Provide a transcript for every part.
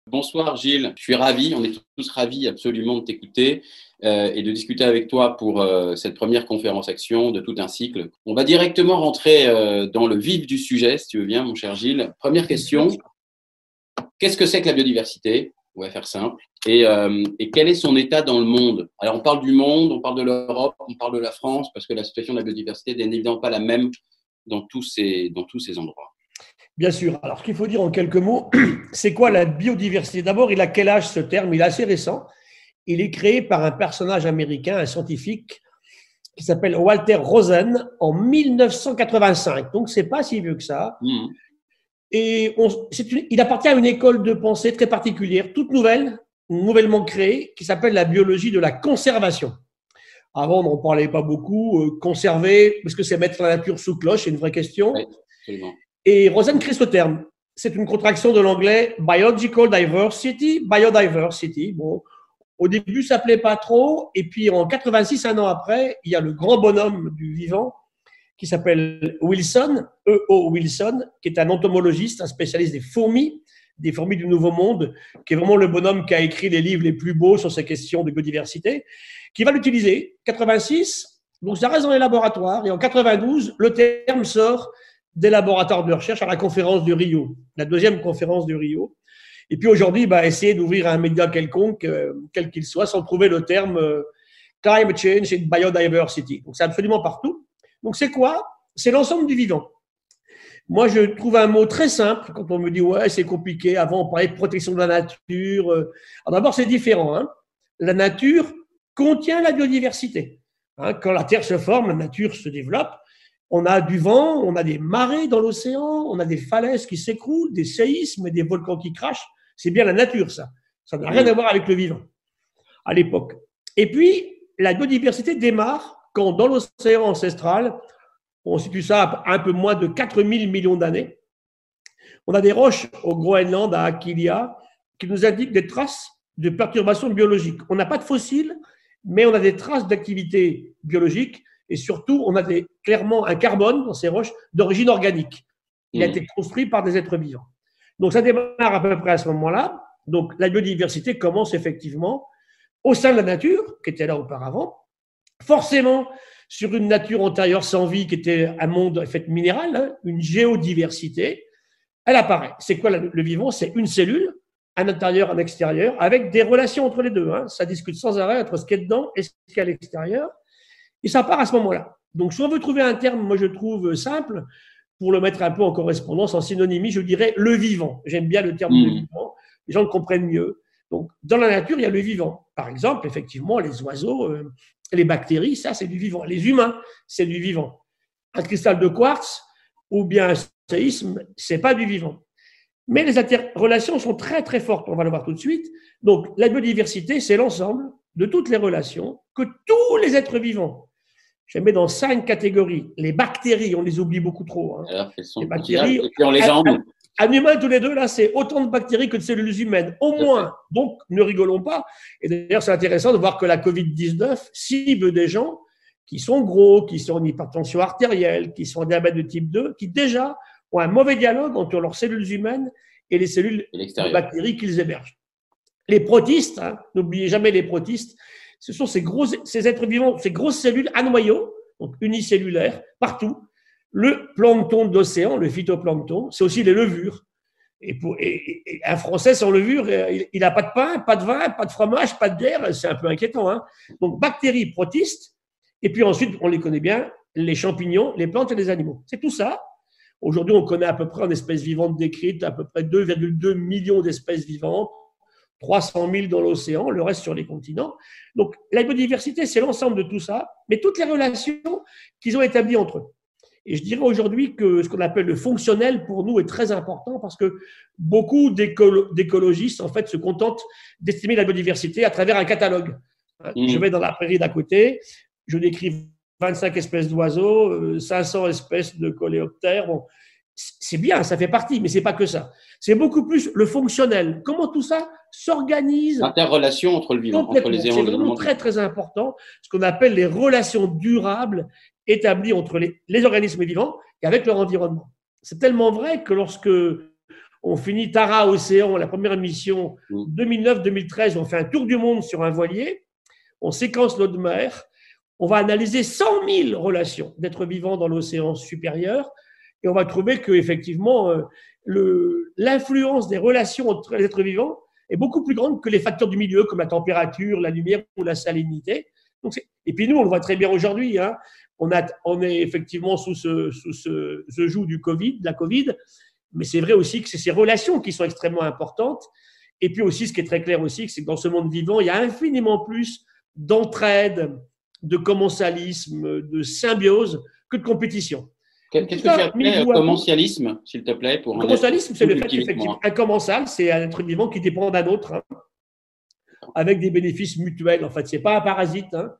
Bonsoir Gilles, je suis ravi, on est tous ravis absolument de t'écouter et de discuter avec toi pour cette première conférence action de tout un cycle. On va directement rentrer dans le vif du sujet, si tu veux bien, mon cher Gilles. Première question, qu'est-ce que c'est que la biodiversité? On va faire simple. Et quel est son état dans le monde? Alors on parle du monde, on parle de l'Europe, on parle de la France, parce que la situation de la biodiversité n'est évidemment pas la même dans tous ces endroits. Bien sûr. Alors, ce qu'il faut dire en quelques mots, c'est quoi la biodiversité? D'abord, il a quel âge ce terme? Il est assez récent. Il est créé par un personnage américain, un scientifique, qui s'appelle Walter Rosen en 1985. Donc, c'est pas si vieux que ça. Et il appartient à une école de pensée très particulière, toute nouvelle, nouvellement créée, qui s'appelle la biologie de la conservation. Avant, on n'en parlait pas beaucoup. Conserver, parce que c'est mettre la nature sous cloche, c'est une vraie question. Oui, absolument. Et Rosen crée ce terme. C'est une contraction de l'anglais biological diversity, biodiversity. Bon, au début, ça ne plaît pas trop. Et puis, en 86, un an après, il y a le grand bonhomme du vivant qui s'appelle Wilson, E.O. Wilson, qui est un entomologiste, un spécialiste des fourmis du Nouveau Monde, qui est vraiment le bonhomme qui a écrit les livres les plus beaux sur ces questions de biodiversité, qui va l'utiliser. 86, donc ça reste dans les laboratoires. Et en 92, le terme sort des laboratoires de recherche à la conférence de Rio, la deuxième conférence de Rio. Et puis aujourd'hui, essayer d'ouvrir un média quelconque, quel qu'il soit, sans trouver le terme climate change and biodiversity. Donc c'est absolument partout. Donc c'est quoi? C'est l'ensemble du vivant. Moi, je trouve un mot très simple quand on me dit « ouais, c'est compliqué, avant on parlait de protection de la nature ». Alors d'abord, c'est différent. Hein. La nature contient la biodiversité. Hein, quand la Terre se forme, la nature se développe. On a du vent, on a des marées dans l'océan, on a des falaises qui s'écroulent, des séismes et des volcans qui crachent. C'est bien la nature, ça. Ça n'a rien à voir avec le vivant, à l'époque. Et puis, la biodiversité démarre quand, dans l'océan ancestral, on situe ça à un peu moins de 4000 millions d'années, on a des roches au Groenland, à Akilia, qui nous indiquent des traces de perturbations biologiques. On n'a pas de fossiles, mais on a des traces d'activité biologique. Et surtout, on a clairement un carbone dans ces roches d'origine organique. Il a été construit par des êtres vivants. Donc, ça démarre à peu près à ce moment-là. Donc, la biodiversité commence effectivement au sein de la nature, qui était là auparavant, forcément sur une nature antérieure sans vie, qui était un monde fait minéral, hein, une géodiversité. Elle apparaît. C'est quoi le vivant? C'est une cellule, un intérieur, un extérieur, avec des relations entre les deux. Hein. Ça discute sans arrêt entre ce qui est dedans et ce qui est à l'extérieur. Et ça part à ce moment-là. Donc, si on veut trouver un terme, moi je trouve simple, pour le mettre un peu en correspondance, en synonymie, je dirais le vivant. J'aime bien le terme de vivant, les gens le comprennent mieux. Donc, dans la nature, il y a le vivant. Par exemple, effectivement, les oiseaux, les bactéries, ça c'est du vivant. Les humains, c'est du vivant. Un cristal de quartz ou bien un séisme, c'est pas du vivant. Mais les interrelations sont très très fortes, on va le voir tout de suite. Donc, la biodiversité, c'est l'ensemble de toutes les relations que tous les êtres vivants, je les mets dans 5 catégories. Les bactéries, on les oublie beaucoup trop. Hein. Alors, elles sont les bactéries, et puis on les a en nous. Un humain, tous les deux, là, c'est autant de bactéries que de cellules humaines, au moins. Donc, ne rigolons pas. Et d'ailleurs, c'est intéressant de voir que la Covid-19 cible des gens qui sont gros, qui sont en hypertension artérielle, qui sont en diabète de type 2, qui déjà ont un mauvais dialogue entre leurs cellules humaines et les cellules de bactéries qu'ils hébergent. Les protistes, hein, n'oubliez jamais les protistes, ce sont ces êtres vivants, ces grosses cellules à noyaux, donc unicellulaires, partout. Le plancton de l'océan, le phytoplancton, c'est aussi les levures. Et un Français sans levure, il n'a pas de pain, pas de vin, pas de fromage, pas de bière, c'est un peu inquiétant. Hein. Donc, bactéries, protistes, et puis ensuite, on les connaît bien, les champignons, les plantes et les animaux. C'est tout ça. Aujourd'hui, on connaît à peu près en espèces vivantes décrites à peu près 2,2 millions d'espèces vivantes, 300 000 dans l'océan, le reste sur les continents. Donc, la biodiversité, c'est l'ensemble de tout ça, mais toutes les relations qu'ils ont établies entre eux. Et je dirais aujourd'hui que ce qu'on appelle le fonctionnel, pour nous, est très important parce que beaucoup d'écologistes, en fait, se contentent d'estimer la biodiversité à travers un catalogue. Je vais dans la prairie d'à côté, je décris 25 espèces d'oiseaux, 500 espèces de coléoptères. Bon, c'est bien, ça fait partie, mais c'est pas que ça. C'est beaucoup plus le fonctionnel. Comment tout ça s'organise. L'interrelation entre le vivant, entre les éléments. C'est vraiment très, très important, ce qu'on appelle les relations durables établies entre les organismes vivants et avec leur environnement. C'est tellement vrai que lorsque On finit Tara Océan, la première mission 2009-2013. On fait un tour du monde sur un voilier. On séquence l'eau de mer. On va analyser 100 000 relations d'êtres vivants dans l'océan supérieur. Et on va trouver qu'effectivement, l'influence des relations entre les êtres vivants est beaucoup plus grande que les facteurs du milieu, comme la température, la lumière ou la salinité. Donc, et puis nous, on le voit très bien aujourd'hui. Hein, on est effectivement sous ce joug du Covid, de la Covid, mais c'est vrai aussi que c'est ces relations qui sont extrêmement importantes. Et puis aussi, ce qui est très clair aussi, c'est que dans ce monde vivant, il y a infiniment plus d'entraide, de commensalisme, de symbiose que de compétition. Qu'est-ce que tu appelles commensalisme, s'il te plaît, pour commensalisme, c'est le fait qu'effectivement, un commensal, c'est un être vivant qui dépend d'un autre, hein, avec des bénéfices mutuels. En fait, c'est pas un parasite. Hein,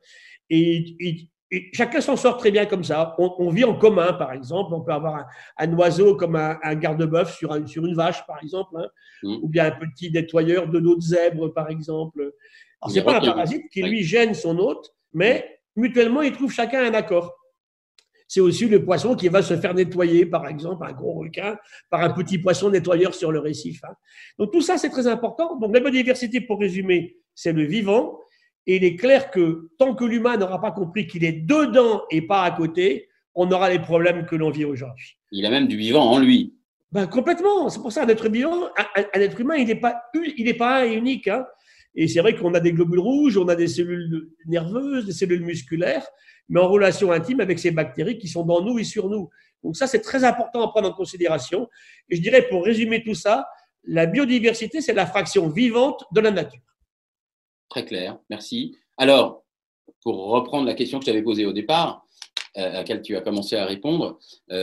et chacun s'en sort très bien comme ça. On vit en commun, par exemple. On peut avoir un oiseau comme un garde-bœuf sur une vache, par exemple, hein, ou bien un petit nettoyeur de l'eau de zèbre, par exemple. Alors, c'est pas un parasite qui, lui, gêne son hôte, mais mutuellement, ils trouvent chacun un accord. C'est aussi le poisson qui va se faire nettoyer, par exemple, un gros requin, par un petit poisson nettoyeur sur le récif. Hein. Donc, tout ça, c'est très important. Donc, la biodiversité, pour résumer, c'est le vivant. Et il est clair que tant que l'humain n'aura pas compris qu'il est dedans et pas à côté, on aura les problèmes que l'on vit aujourd'hui. Il a même du vivant en lui. Ben, complètement. C'est pour ça, un être vivant, un être humain, il n'est pas un et unique. Hein. Et c'est vrai qu'on a des globules rouges, on a des cellules nerveuses, des cellules musculaires, mais en relation intime avec ces bactéries qui sont dans nous et sur nous. Donc ça, c'est très important à prendre en considération. Et je dirais, pour résumer tout ça, la biodiversité, c'est la fraction vivante de la nature. Très clair, merci. Alors, pour reprendre la question que je t'avais posée au départ, à laquelle tu as commencé à répondre,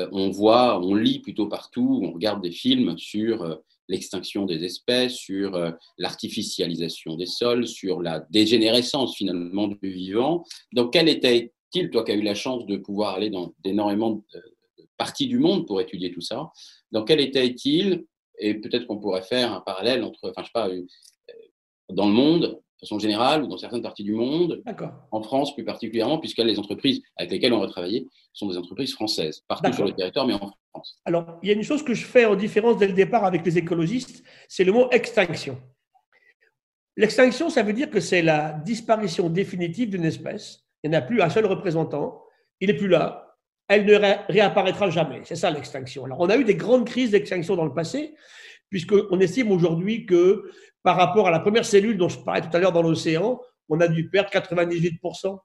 on lit plutôt partout, on regarde des films sur l'extinction des espèces, sur l'artificialisation des sols, sur la dégénérescence finalement du vivant. Dans quel état est-il, toi qui as eu la chance de pouvoir aller dans d'énormément de parties du monde pour étudier tout ça, dans quel état est-il? Et peut-être qu'on pourrait faire un parallèle entre, enfin je sais pas, dans le monde, de façon générale, ou dans certaines parties du monde, en France plus particulièrement, puisque les entreprises avec lesquelles on va travailler sont des entreprises françaises, partout sur le territoire, mais en France. Alors, il y a une chose que je fais en différence dès le départ avec les écologistes, c'est le mot extinction. L'extinction, ça veut dire que c'est la disparition définitive d'une espèce. Il n'y en a plus un seul représentant, il n'est plus là, elle ne réapparaîtra jamais. C'est ça l'extinction. Alors, on a eu des grandes crises d'extinction dans le passé, puisqu'on estime aujourd'hui que par rapport à la première cellule dont je parlais tout à l'heure dans l'océan, on a dû perdre 98%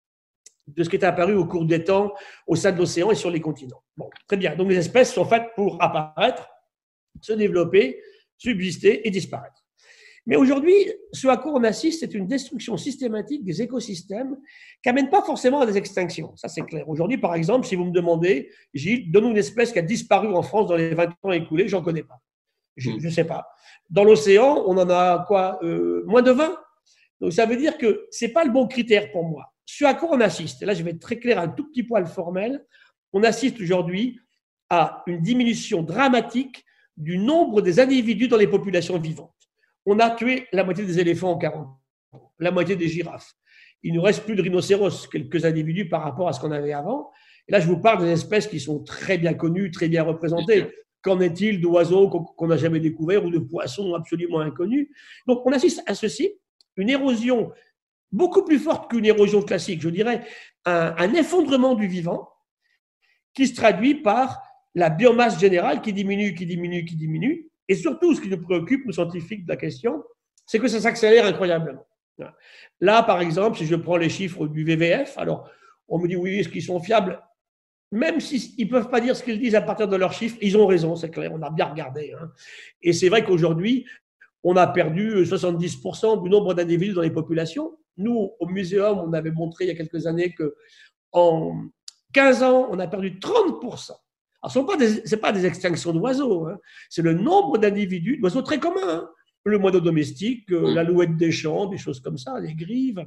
de ce qui est apparu au cours des temps au sein de l'océan et sur les continents. Bon, très bien. Donc, les espèces sont faites pour apparaître, se développer, subsister et disparaître. Mais aujourd'hui, ce à quoi on assiste, c'est une destruction systématique des écosystèmes qui n'amène pas forcément à des extinctions. Ça, c'est clair. Aujourd'hui, par exemple, si vous me demandez, Gilles, donne-nous une espèce qui a disparu en France dans les 20 ans écoulés, je n'en connais pas. Je ne sais pas. Dans l'océan, on en a quoi moins de 20. Donc, ça veut dire que ce n'est pas le bon critère pour moi. Ce à quoi on assiste, et là, je vais être très clair, un tout petit poil formel, on assiste aujourd'hui à une diminution dramatique du nombre des individus dans les populations vivantes. On a tué la moitié des éléphants en 40 ans, la moitié des girafes. Il ne nous reste plus de rhinocéros, quelques individus par rapport à ce qu'on avait avant. Et là, je vous parle des espèces qui sont très bien connues, très bien représentées. Qu'en est-il d'oiseaux qu'on n'a jamais découverts ou de poissons absolument inconnus? Donc, on assiste à ceci, une érosion beaucoup plus forte qu'une érosion classique, je dirais un effondrement du vivant qui se traduit par la biomasse générale qui diminue, qui diminue, qui diminue. Et surtout, ce qui nous préoccupe, nous scientifiques de la question, c'est que ça s'accélère incroyablement. Là, par exemple, si je prends les chiffres du WWF, alors on me dit oui, est-ce qu'ils sont fiables? Même s'ils ne peuvent pas dire ce qu'ils disent à partir de leurs chiffres, ils ont raison, c'est clair, on a bien regardé. Hein. Et c'est vrai qu'aujourd'hui, on a perdu 70% du nombre d'individus dans les populations. Nous, au Muséum, on avait montré il y a quelques années qu'en 15 ans, on a perdu 30%. Alors, ce n'est pas des extinctions d'oiseaux, hein. C'est le nombre d'individus, d'oiseaux très communs, hein. Le moineau domestique, l'alouette des champs, des choses comme ça, les grives.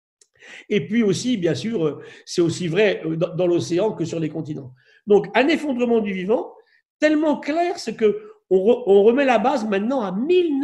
Et puis aussi, bien sûr, c'est aussi vrai dans l'océan que sur les continents. Donc, un effondrement du vivant, tellement clair, c'est qu'on remet la base maintenant à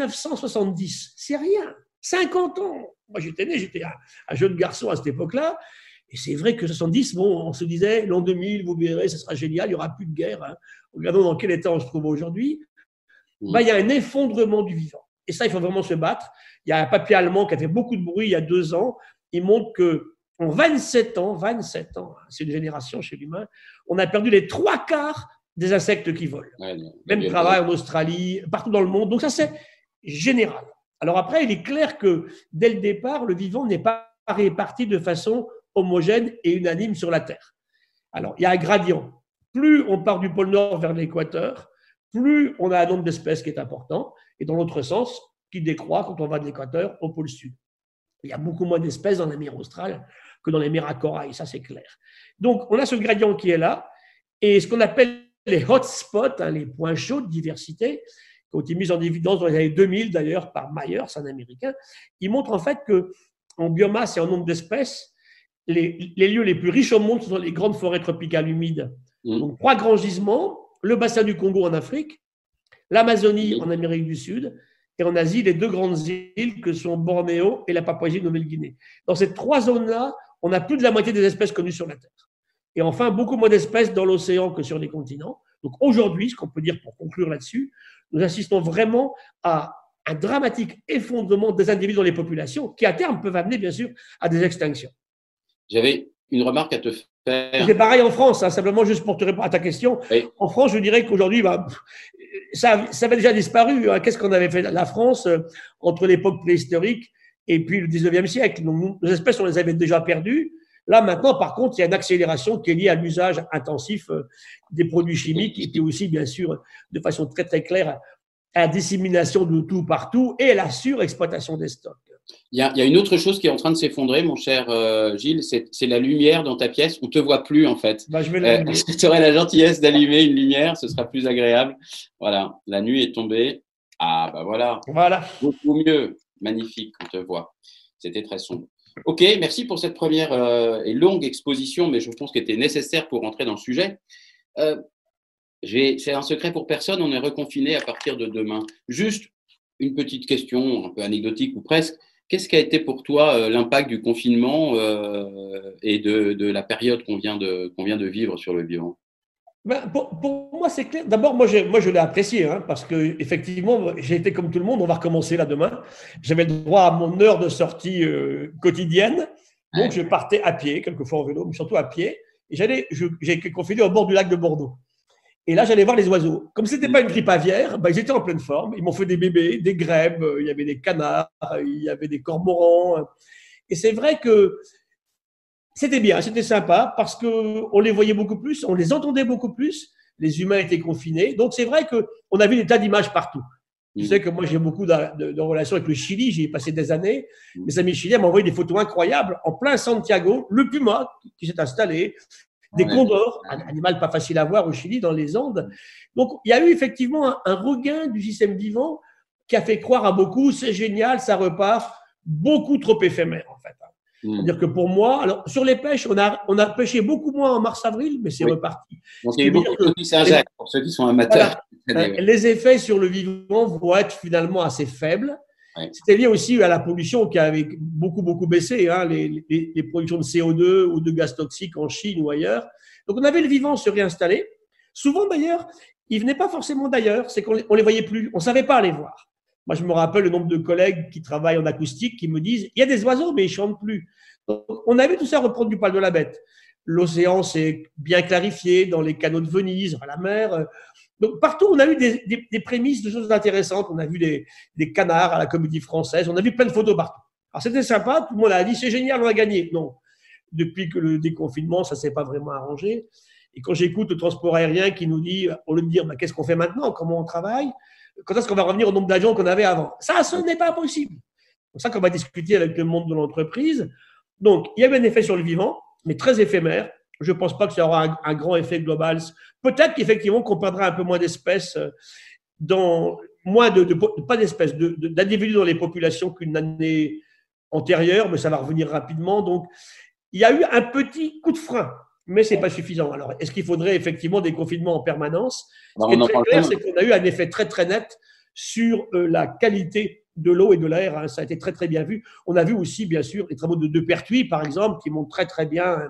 1970. C'est rien, 50 ans. Moi, j'étais né, j'étais un jeune garçon à cette époque-là. Et c'est vrai que 70, bon, on se disait, l'an 2000, vous verrez, ça sera génial, il n'y aura plus de guerre. Hein. Regardons dans quel état on se trouve aujourd'hui. ben, il y a un effondrement du vivant. Et ça, il faut vraiment se battre. Il y a un papier allemand qui a fait beaucoup de bruit il y a 2 ans. Il montre qu'en 27 ans, c'est une génération chez l'humain, on a perdu les 3/4 des insectes qui volent. Ouais, même travail en Australie, partout dans le monde. Donc ça, c'est général. Alors après, il est clair que dès le départ, le vivant n'est pas réparti de façon homogène et unanime sur la Terre. Alors, il y a un gradient. Plus on part du pôle Nord vers l'équateur, plus on a un nombre d'espèces qui est important, et dans l'autre sens, qui décroît quand on va de l'équateur au pôle Sud. Il y a beaucoup moins d'espèces dans les mers australes que dans les mers à corail, ça c'est clair. Donc, on a ce gradient qui est là, et ce qu'on appelle les hotspots, les points chauds de diversité, qui ont été mis en évidence dans les années 2000 d'ailleurs par Myers, un Américain, ils montrent en fait qu'en biomasse et en nombre d'espèces, les lieux les plus riches au monde sont les grandes forêts tropicales humides. Donc, 3 grands gisements, le bassin du Congo en Afrique, l'Amazonie en Amérique du Sud, et en Asie, les 2 grandes îles que sont Bornéo et la Papouasie-Nouvelle-Guinée. Dans ces 3 zones-là, on a plus de la moitié des espèces connues sur la Terre. Et enfin, beaucoup moins d'espèces dans l'océan que sur les continents. Donc aujourd'hui, ce qu'on peut dire pour conclure là-dessus, nous assistons vraiment à un dramatique effondrement des individus dans les populations qui, à terme, peuvent amener, bien sûr, à des extinctions. J'avais une remarque à te faire. C'est pareil en France, simplement juste pour te répondre à ta question. Oui. En France, je dirais qu'aujourd'hui, ça avait déjà disparu. Qu'est-ce qu'on avait fait la France entre l'époque préhistorique et puis le 19e siècle? Donc, nos espèces, on les avait déjà perdues. Là, maintenant, par contre, il y a une accélération qui est liée à l'usage intensif des produits chimiques et puis aussi, bien sûr, de façon très, très claire, à la dissémination de tout partout et à la surexploitation des stocks. Il y a une autre chose qui est en train de s'effondrer, mon cher Gilles, c'est la lumière dans ta pièce. On ne te voit plus, en fait. Je vais l'allumer. Est-ce que tu aurais la gentillesse d'allumer une lumière? Ce sera plus agréable. Voilà, la nuit est tombée. Ah, voilà. Voilà. Beaucoup mieux. Magnifique, on te voit. C'était très sombre. Ok, merci pour cette première et longue exposition, mais je pense qu'elle était nécessaire pour rentrer dans le sujet. C'est un secret pour personne, on est reconfiné à partir de demain. Juste une petite question, un peu anecdotique ou presque. Qu'est-ce qui a été pour toi l'impact du confinement et de la période qu'on vient de vivre sur le vivant? Pour moi, c'est clair. D'abord, moi, je l'ai apprécié, parce que effectivement, j'ai été comme tout le monde. On va recommencer là demain. J'avais le droit à mon heure de sortie quotidienne, donc je partais à pied, quelquefois en vélo, mais surtout à pied. Et j'ai été confiné au bord du lac de Bordeaux. Et là, j'allais voir les oiseaux. Comme ce n'était pas une grippe aviaire, ils étaient en pleine forme. Ils m'ont fait des bébés, des grèbes, il y avait des canards, il y avait des cormorans. Et c'est vrai que c'était bien, c'était sympa parce qu'on les voyait beaucoup plus, on les entendait beaucoup plus, les humains étaient confinés. Donc, c'est vrai qu'on a vu des tas d'images partout. Tu sais que moi, j'ai beaucoup de relations avec le Chili, j'y ai passé des années. Mes amis chiliens m'ont envoyé des photos incroyables en plein Santiago, le puma qui s'est installé, des condors, un animal pas facile à voir au Chili, dans les Andes. Donc, il y a eu effectivement un regain du système vivant qui a fait croire à beaucoup, c'est génial, ça repart, beaucoup trop éphémère en fait. C'est-à-dire que pour moi, alors sur les pêches, on a pêché beaucoup moins en mars-avril, mais c'est reparti. Donc, il y a eu beaucoup de Saint-Jacques pour ceux qui sont amateurs. Voilà. Les effets sur le vivant vont être finalement assez faibles. Ouais. C'était lié aussi à la pollution qui avait beaucoup baissé, les productions de CO2 ou de gaz toxiques en Chine ou ailleurs. Donc, on avait le vivant se réinstaller. Souvent, d'ailleurs, ils ne venaient pas forcément d'ailleurs, c'est qu'on ne les voyait plus, on ne savait pas les voir. Moi, je me rappelle le nombre de collègues qui travaillent en acoustique qui me disent « il y a des oiseaux, mais ils ne chantent plus ». Donc, on avait tout ça reprendre du poil de la bête. L'océan s'est bien clarifié dans les canaux de Venise, à la mer. Donc, partout, on a eu des prémices de choses intéressantes. On a vu des canards à la Comédie Française. On a vu plein de photos partout. Alors, c'était sympa. Tout le monde a dit « c'est génial, on a gagné ». Non, depuis que le déconfinement, ça ne s'est pas vraiment arrangé. Et quand j'écoute le transport aérien qui nous dit, au lieu de dire « qu'est-ce qu'on fait maintenant ? Comment on travaille ? Quand est-ce qu'on va revenir au nombre d'avions qu'on avait avant ?» Ça, ce n'est pas possible. C'est pour ça qu'on va discuter avec le monde de l'entreprise. Donc, il y a eu un effet sur le vivant, mais très éphémère. Je ne pense pas que ça aura un grand effet global. Peut-être qu'effectivement, qu'on perdra un peu moins d'espèces, pas d'espèces, d'individus dans les populations qu'une année antérieure, mais ça va revenir rapidement. Donc, il y a eu un petit coup de frein, mais ce n'est pas suffisant. Alors, est-ce qu'il faudrait effectivement des confinements en permanence ? Ce qui est très clair, c'est qu'on a eu un effet très, très net sur la qualité de l'eau et de l'air. Ça a été très, très bien vu. On a vu aussi, bien sûr, les travaux de Pertuis, par exemple, qui montrent très, très bien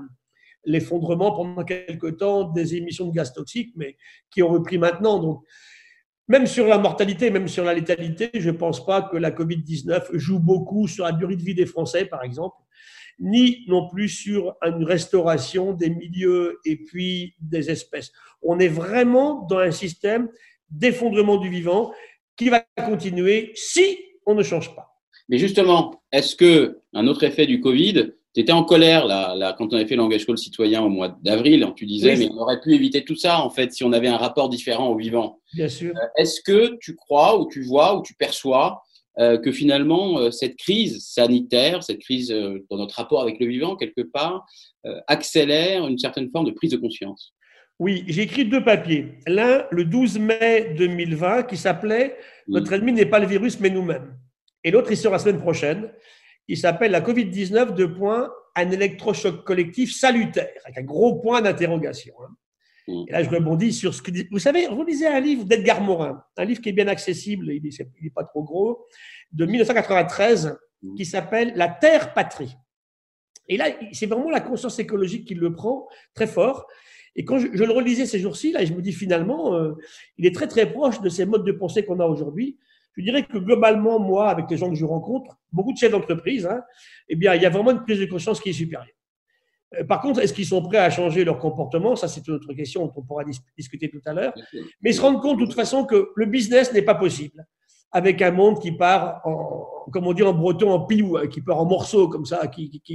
l'effondrement pendant quelques temps des émissions de gaz toxiques, mais qui ont repris maintenant. Donc, Même sur la mortalité, même sur la létalité, je ne pense pas que la Covid-19 joue beaucoup sur la durée de vie des Français, par exemple, ni non plus sur une restauration des milieux et puis des espèces. On est vraiment dans un système d'effondrement du vivant qui va continuer si on ne change pas. Mais justement, est-ce qu'un autre effet du Covid, tu étais en colère là, quand on avait fait l'engagement citoyen au mois d'avril, tu disais, oui, mais on aurait pu éviter tout ça, en fait, si on avait un rapport différent au vivant. Bien sûr. Est-ce que tu crois, ou tu vois, ou tu perçois que finalement, cette crise sanitaire, cette crise dans notre rapport avec le vivant, quelque part, accélère une certaine forme de prise de conscience? Oui, j'ai écrit 2 papiers. L'un, le 12 mai 2020, qui s'appelait « Notre ennemi n'est pas le virus, mais nous-mêmes ». Et l'autre, il sort la semaine prochaine. Il s'appelle la Covid-19, un électrochoc collectif salutaire, avec un gros point d'interrogation. Et là, je rebondis sur ce que dit. Vous savez, vous lisez un livre d'Edgar Morin, un livre qui est bien accessible, il n'est pas trop gros, de 1993, qui s'appelle La Terre-Patrie. Et là, c'est vraiment la conscience écologique qui le prend très fort. Et quand je le relisais ces jours-ci, là, je me dis finalement, il est très très proche de ces modes de pensée qu'on a aujourd'hui. Je dirais que globalement, moi, avec les gens que je rencontre, beaucoup de chefs d'entreprise, eh bien, il y a vraiment une prise de conscience qui est supérieure. Par contre, est-ce qu'ils sont prêts à changer leur comportement? Ça, c'est une autre question dont on pourra discuter tout à l'heure. Mais ils se rendent compte de toute façon que le business n'est pas possible avec un monde qui part, comme on dit en breton, en piou, qui part en morceaux comme ça,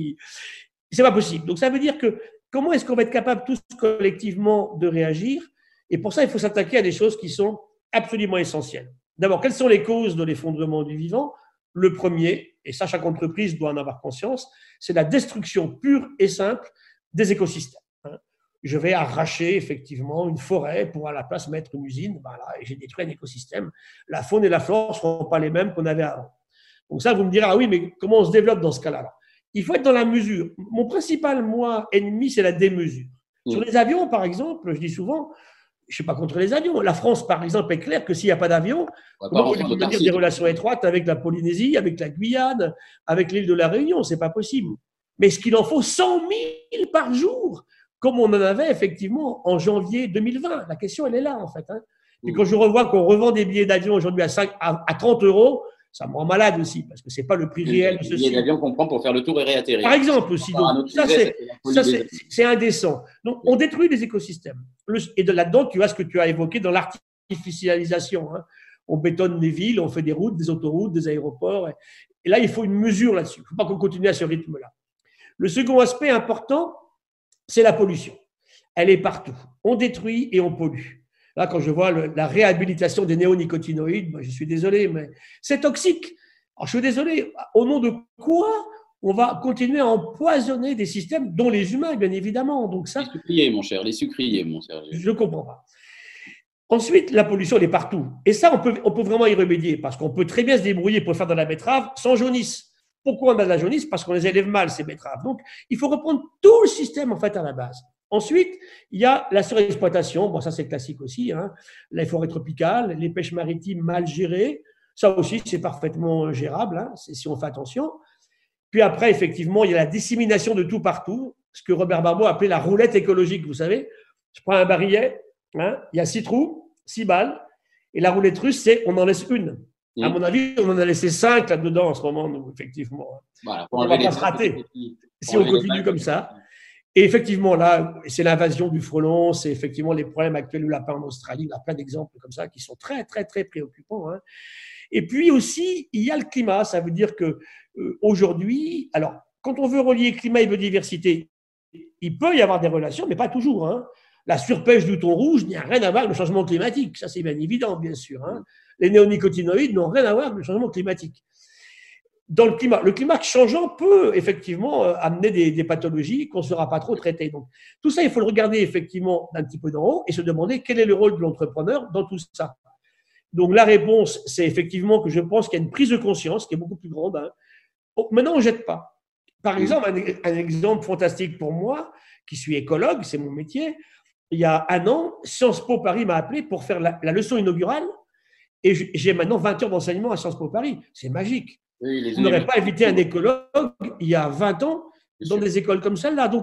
c'est pas possible. Donc, ça veut dire que comment est-ce qu'on va être capable tous collectivement de réagir? Et pour ça, il faut s'attaquer à des choses qui sont absolument essentielles. D'abord, quelles sont les causes de l'effondrement du vivant? Le premier, et ça, chaque entreprise doit en avoir conscience, c'est la destruction pure et simple des écosystèmes. Je vais arracher effectivement une forêt pour à la place mettre une usine, voilà, et j'ai détruit un écosystème. La faune et la flore ne seront pas les mêmes qu'on avait avant. Donc ça, vous me direz, ah oui, mais comment on se développe dans ce cas-là? Alors, il faut être dans la mesure. Mon principal, ennemi, c'est la démesure. Sur les avions, par exemple, je dis souvent, je ne suis pas contre les avions. La France, par exemple, est claire que s'il n'y a pas d'avion, on peut maintenir des relations étroites avec la Polynésie, avec la Guyane, avec l'île de la Réunion. Ce n'est pas possible. Mais est-ce qu'il en faut 100 000 par jour, comme on en avait effectivement en janvier 2020? La question, elle est là, en fait. Et quand je revois qu'on revend des billets d'avion aujourd'hui à 30 €, ça me rend malade aussi, parce que ce n'est pas le prix réel de ceci. Il y a l'avion qu'on prend pour faire le tour et réatterrir. Par exemple aussi. Donc, ça, c'est indécent. Donc, on détruit les écosystèmes. Et de là-dedans, tu as ce que tu as évoqué dans l'artificialisation. On bétonne des villes, on fait des routes, des autoroutes, des aéroports. Et là, il faut une mesure là-dessus. Il ne faut pas qu'on continue à ce rythme-là. Le second aspect important, c'est la pollution. Elle est partout. On détruit et on pollue. Là, quand je vois la réhabilitation des néonicotinoïdes, je suis désolé, mais c'est toxique. Alors, je suis désolé, au nom de quoi on va continuer à empoisonner des systèmes, dont les humains, bien évidemment. Donc ça, les sucriers, mon cher, les sucriers, mon Serge. Je ne comprends pas. Ensuite, la pollution, elle est partout. Et ça, on peut vraiment y remédier, parce qu'on peut très bien se débrouiller pour faire de la betterave sans jaunisse. Pourquoi on a de la jaunisse? Parce qu'on les élève mal, ces betteraves. Donc, il faut reprendre tout le système, en fait, à la base. Ensuite, il y a la surexploitation. Bon, ça, c'est classique aussi. Les forêts tropicales, les pêches maritimes mal gérées. Ça aussi, c'est parfaitement gérable, si on fait attention. Puis après, effectivement, il y a la dissémination de tout partout, ce que Robert Barbeau appelait la roulette écologique, vous savez. Je prends un barillet, il y a 6 trous, 6 balles, et la roulette russe, c'est on en laisse une. À mon avis, on en a laissé 5 là-dedans en ce moment, nous, effectivement. Voilà, on ne va pas se rater si on continue comme ça. Et effectivement, là, c'est l'invasion du frelon, c'est effectivement les problèmes actuels du lapin en Australie. Il y a plein d'exemples comme ça qui sont très, très, très préoccupants. Et puis aussi, il y a le climat. Ça veut dire qu'aujourd'hui, alors, quand on veut relier climat et biodiversité, il peut y avoir des relations, mais pas toujours. La surpêche du thon rouge n'a rien à voir avec le changement climatique. Ça, c'est bien évident, bien sûr. Les néonicotinoïdes n'ont rien à voir avec le changement climatique. Dans le climat changeant peut effectivement amener des pathologies qu'on ne saura pas trop traiter. Donc, tout ça, il faut le regarder effectivement d'un petit peu d'en haut et se demander quel est le rôle de l'entrepreneur dans tout ça. Donc, la réponse, c'est effectivement que je pense qu'il y a une prise de conscience qui est beaucoup plus grande. Maintenant, on ne jette pas. Par exemple, un exemple fantastique pour moi, qui suis écologue, c'est mon métier, il y a un an, Sciences Po Paris m'a appelé pour faire la leçon inaugurale et j'ai maintenant 20 heures d'enseignement à Sciences Po Paris. C'est magique. Oui, on n'aurait pas invité un écologue il y a 20 ans dans des écoles comme celle-là. Donc,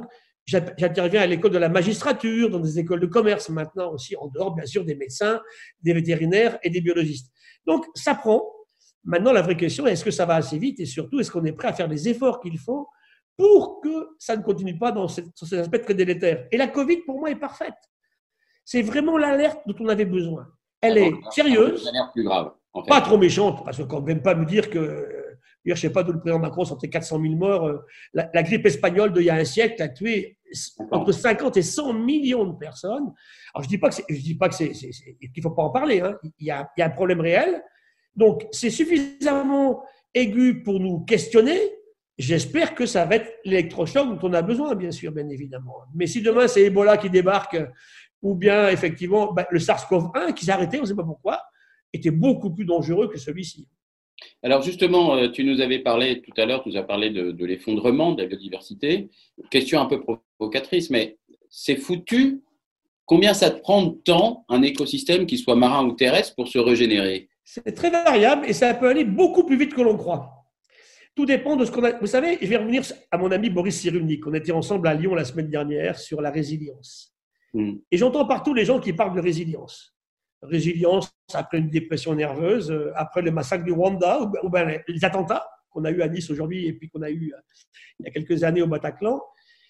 J'interviens à l'école de la magistrature, dans des écoles de commerce maintenant aussi, en dehors bien sûr des médecins, des vétérinaires et des biologistes. Donc ça prend. Maintenant, la vraie question est, est-ce que ça va assez vite et surtout, est-ce qu'on est prêt à faire les efforts qu'il faut pour que ça ne continue pas dans ces aspects très délétères. Et la Covid, pour moi, est parfaite. C'est vraiment l'alerte dont on avait besoin. Elle est sérieuse, ça a l'air plus grave, en fait. Pas trop méchante, parce qu'on ne peut même pas me dire que, je ne sais pas d'où le président Macron sortait 400 000 morts. La grippe espagnole d'il y a un siècle a tué entre 50 et 100 millions de personnes. Alors, je ne dis pas qu'il ne faut pas en parler. Hein. Il y a un problème réel. Donc, c'est suffisamment aigu pour nous questionner. J'espère que ça va être l'électrochoc dont on a besoin, bien sûr, bien évidemment. Mais si demain, c'est Ebola qui débarque, ou bien, effectivement, le SARS-CoV-1 qui s'est arrêté, on ne sait pas pourquoi, était beaucoup plus dangereux que celui-ci. Alors justement, tu nous avais parlé tout à l'heure, tu nous as parlé de l'effondrement de la biodiversité. Question un peu provocatrice, mais c'est foutu. Combien ça te prend de temps, un écosystème, qu'il soit marin ou terrestre, pour se régénérer? C'est très variable et ça peut aller beaucoup plus vite que l'on croit. Tout dépend de ce qu'on a. Vous savez, je vais revenir à mon ami Boris Cyrulnik. On était ensemble à Lyon la semaine dernière sur la résilience. Et j'entends partout les gens qui parlent de résilience. Résilience après une dépression nerveuse, après le massacre du Rwanda, ou bien les attentats qu'on a eu à Nice aujourd'hui et puis qu'on a eu il y a quelques années au Bataclan.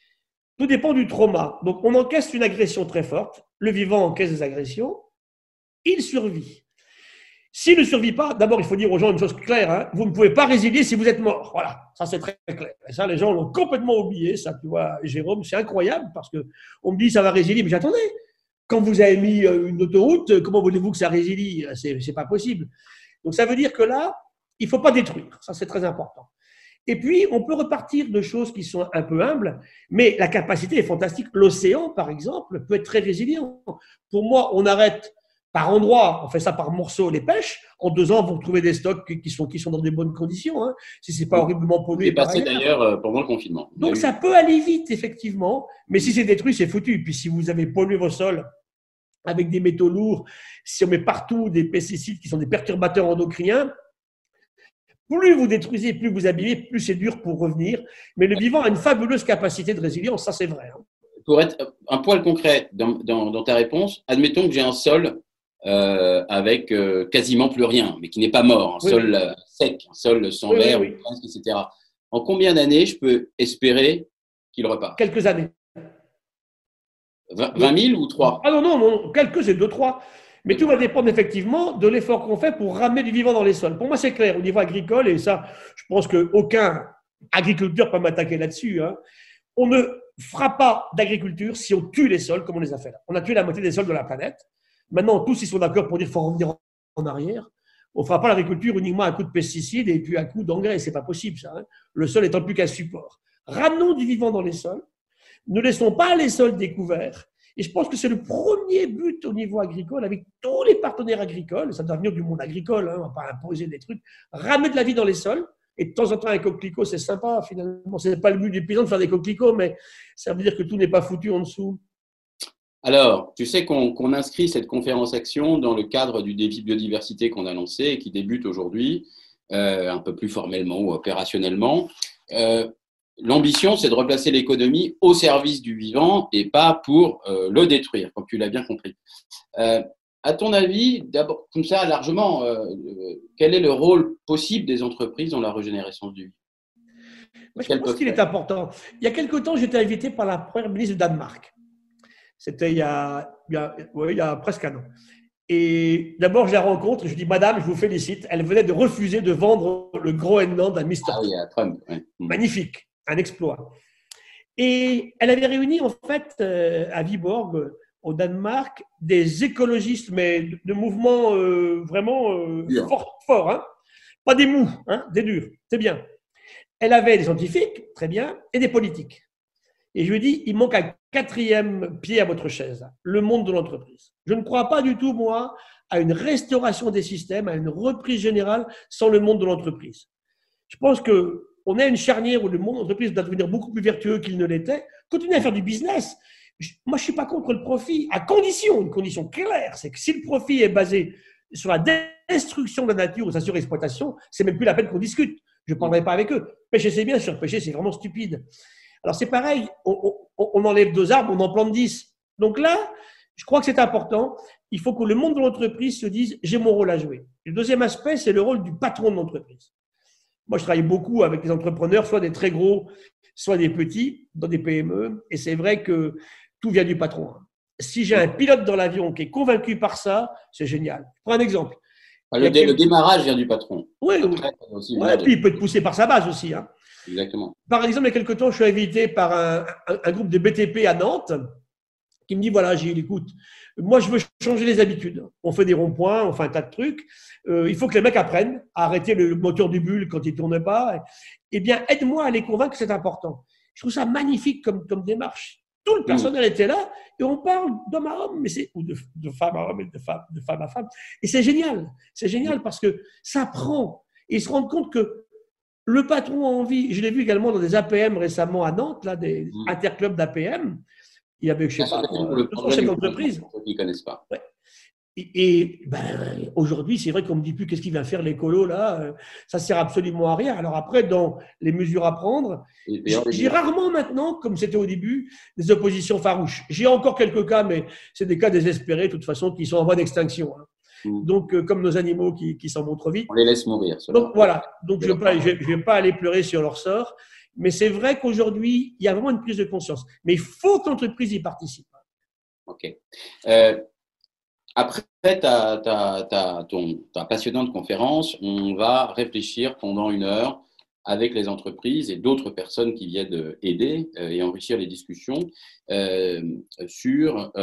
Tout dépend du trauma. Donc, on encaisse une agression très forte. Le vivant encaisse des agressions. Il survit. S'il ne survit pas, d'abord, il faut dire aux gens une chose claire. Hein, vous ne pouvez pas résilier si vous êtes mort. Voilà, ça c'est très clair. Et ça, les gens l'ont complètement oublié. Ça, tu vois, Jérôme, c'est incroyable parce qu'on me dit ça va résilier. Mais j'attendais. Quand vous avez mis une autoroute, comment voulez-vous que ça résilie? C'est pas possible. Donc, ça veut dire que là, il ne faut pas détruire. Ça, c'est très important. Et puis, on peut repartir de choses qui sont un peu humbles, mais la capacité est fantastique. L'océan, par exemple, peut être très résilient. Pour moi, on arrête par endroits, on fait ça par morceaux, les pêches. En 2 ans, vous retrouvez des stocks qui sont dans de bonnes conditions, hein, si ce n'est pas horriblement pollué. C'est passé d'ailleurs pendant le confinement. Donc, ça peut aller vite, effectivement, mais si c'est détruit, c'est foutu. Puis, si vous avez pollué vos sols avec des métaux lourds, si on met partout des pesticides qui sont des perturbateurs endocriniens, plus vous détruisez, plus vous abîmez, plus c'est dur pour revenir. Mais le vivant a une fabuleuse capacité de résilience, ça c'est vrai. Pour être un poil concret dans ta réponse, admettons que j'ai un sol avec quasiment plus rien, mais qui n'est pas mort, un sol sec, un sol sans l'air, etc. En combien d'années je peux espérer qu'il repart? Quelques années. 20 000 ou 3? Ah non, quelques, c'est 2, 3. Mais tout va dépendre effectivement de l'effort qu'on fait pour ramener du vivant dans les sols. Pour moi, c'est clair, au niveau agricole, et ça, je pense qu'aucun agriculteur peut m'attaquer là-dessus, hein. On ne fera pas d'agriculture si on tue les sols comme on les a fait là. On a tué la moitié des sols de la planète. Maintenant, tous ils sont d'accord pour dire qu'il faut revenir en arrière. On ne fera pas l'agriculture uniquement à coup de pesticides et puis à coup d'engrais. Ce n'est pas possible, ça. Hein. Le sol étant plus qu'un support. Ramenons du vivant dans les sols. Ne laissons pas les sols découverts. Et je pense que c'est le premier but au niveau agricole, avec tous les partenaires agricoles, ça doit venir du monde agricole, hein, on ne va pas imposer des trucs, ramener de la vie dans les sols, et de temps en temps un coquelicot, c'est sympa finalement, ce n'est pas le but du paysan de faire des coquelicots, mais ça veut dire que tout n'est pas foutu en dessous. Alors, tu sais qu'on inscrit cette conférence action dans le cadre du défi biodiversité qu'on a lancé et qui débute aujourd'hui, un peu plus formellement ou opérationnellement. L'ambition, c'est de replacer l'économie au service du vivant et pas pour le détruire, comme tu l'as bien compris. À ton avis, d'abord, comme ça, largement, quel est le rôle possible des entreprises dans la régénération du vivant? Je pense qu'il est important. Il y a quelque temps, j'étais invité par la première ministre du Danemark. C'était il y a presque un an. Et d'abord, je la rencontre et je dis, Madame, je vous félicite. Elle venait de refuser de vendre le Groenland à Mr. Ah oui, à Trump. Ouais. Magnifique. Un exploit. Et elle avait réuni en fait à Viborg, au Danemark, des écologistes, mais de mouvements vraiment forts, hein. Pas des mous, hein, des durs, c'est bien. Elle avait des scientifiques, très bien, et des politiques. Et je lui ai dit, il manque un 4e pied à votre chaise, le monde de l'entreprise. Je ne crois pas du tout, moi, à une restauration des systèmes, à une reprise générale sans le monde de l'entreprise. Je pense que on est à une charnière où le monde de l'entreprise doit devenir beaucoup plus vertueux qu'il ne l'était. Continuer à faire du business. Moi, je ne suis pas contre le profit, à condition, une condition claire, c'est que si le profit est basé sur la destruction de la nature ou sa surexploitation, c'est même plus la peine qu'on discute. Je ne parlerai pas avec eux. Pêcher, c'est bien, surpêcher, c'est vraiment stupide. Alors, c'est pareil, on enlève 2 arbres, on en plante 10. Donc là, je crois que c'est important. Il faut que le monde de l'entreprise se dise « j'ai mon rôle à jouer ». Le deuxième aspect, c'est le rôle du patron de l'entreprise. Moi, je travaille beaucoup avec des entrepreneurs, soit des très gros, soit des petits, dans des PME. Et c'est vrai que tout vient du patron. Si j'ai un pilote dans l'avion qui est convaincu par ça, c'est génial. Je prends un exemple. Le démarrage vient du patron. Oui, ouais, puis il peut être poussé par sa base aussi. Hein. Exactement. Par exemple, il y a quelque temps, je suis invité par un groupe de BTP à Nantes qui me dit, voilà, Gilles, écoute, moi, je veux changer les habitudes. On fait des ronds-points, on fait un tas de trucs. Il faut que les mecs apprennent à arrêter le moteur du bulle quand il ne tourne pas. Eh bien, aide-moi à les convaincre que c'est important. Je trouve ça magnifique comme démarche. Tout le personnel était là et on parle d'homme à homme, ou de femme à homme et de femme à femme. Et c'est génial. C'est génial parce que ça prend. Et ils se rendent compte que le patron a envie. Je l'ai vu également dans des APM récemment à Nantes, là, des interclubs d'APM. Il y avait, je ne sais pas, 200 chefs d'entreprise. Pour ceux qui ne connaissent pas. Ouais. Et aujourd'hui, c'est vrai qu'on ne me dit plus qu'est-ce qu'il vient faire l'écolo, là. Ça ne sert absolument à rien. Alors après, dans les mesures à prendre, j'ai rarement maintenant, comme c'était au début, des oppositions farouches. J'ai encore quelques cas, mais c'est des cas désespérés, de toute façon, qui sont en voie d'extinction. Hein. Donc, comme nos animaux qui s'en vont trop vite. On les laisse mourir. Donc, voilà. Donc, je ne vais pas aller pleurer sur leur sort. Mais c'est vrai qu'aujourd'hui, il y a vraiment une prise de conscience. Mais il faut que l'entreprise y participe. OK. Après ta passionnante conférence, on va réfléchir pendant 1 heure avec les entreprises et d'autres personnes qui viennent aider et enrichir les discussions sur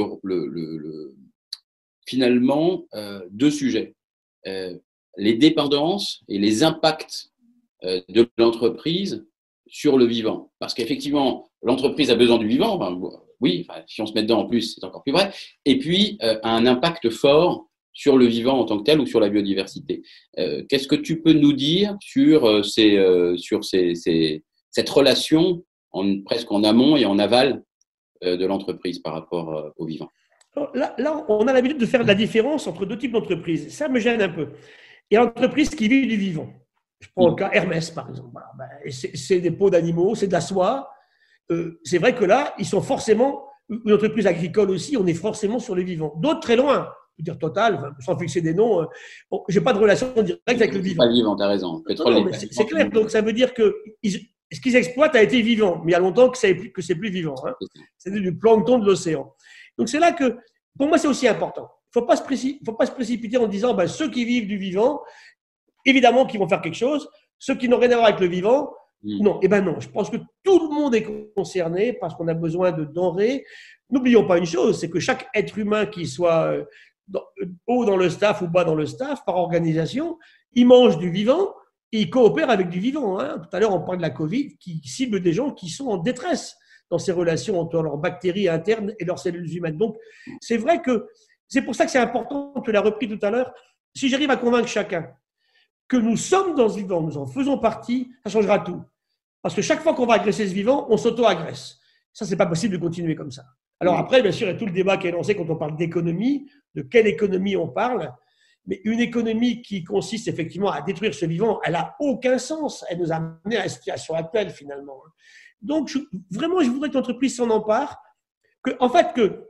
finalement 2 sujets. Les dépendances et les impacts de l'entreprise sur le vivant. Parce qu'effectivement, l'entreprise a besoin du vivant. Oui, si on se met dedans en plus, c'est encore plus vrai. Et puis, a un impact fort sur le vivant en tant que tel ou sur la biodiversité. Qu'est-ce que tu peux nous dire sur cette relation presque en amont et en aval de l'entreprise par rapport au vivant? Là, on a l'habitude de faire la différence entre 2 types d'entreprises. Ça me gêne un peu. Il y a l'entreprise qui vit du vivant. Je prends le cas Hermès, par exemple. C'est des peaux d'animaux, c'est de la soie. C'est vrai que là, ils sont forcément, une entreprise agricole aussi, on est forcément sur le vivant. D'autres très loin, je veux dire Total, sans fixer des noms, je n'ai pas de relation directe avec le vivant. Pas vivant, tu as raison. C'est clair, donc ça veut dire que ce qu'ils exploitent a été vivant, mais il y a longtemps que c'est plus vivant. Hein. C'est du plancton de l'océan. Donc c'est là que, pour moi, c'est aussi important. Il ne faut pas se précipiter en disant, ceux qui vivent du vivant, évidemment qu'ils vont faire quelque chose. Ceux qui n'ont rien à voir avec le vivant, non. Non, je pense que tout le monde est concerné parce qu'on a besoin de denrées. N'oublions pas une chose, c'est que chaque être humain qui soit haut dans le staff ou bas dans le staff, par organisation, il mange du vivant et il coopère avec du vivant. Hein. Tout à l'heure, on parle de la Covid qui cible des gens qui sont en détresse dans ces relations entre leurs bactéries internes et leurs cellules humaines. Donc, c'est vrai que c'est pour ça que c'est important, tu l'as repris tout à l'heure, si j'arrive à convaincre chacun que nous sommes dans ce vivant, nous en faisons partie, ça changera tout. Parce que chaque fois qu'on va agresser ce vivant, on s'auto-agresse. Ça, c'est pas possible de continuer comme ça. Alors après, bien sûr, il y a tout le débat qui est lancé quand on parle d'économie, de quelle économie on parle. Mais une économie qui consiste effectivement à détruire ce vivant, elle n'a aucun sens. Elle nous a amené à la situation actuelle, finalement. Donc, vraiment, je voudrais que l'entreprise s'en empare, en fait,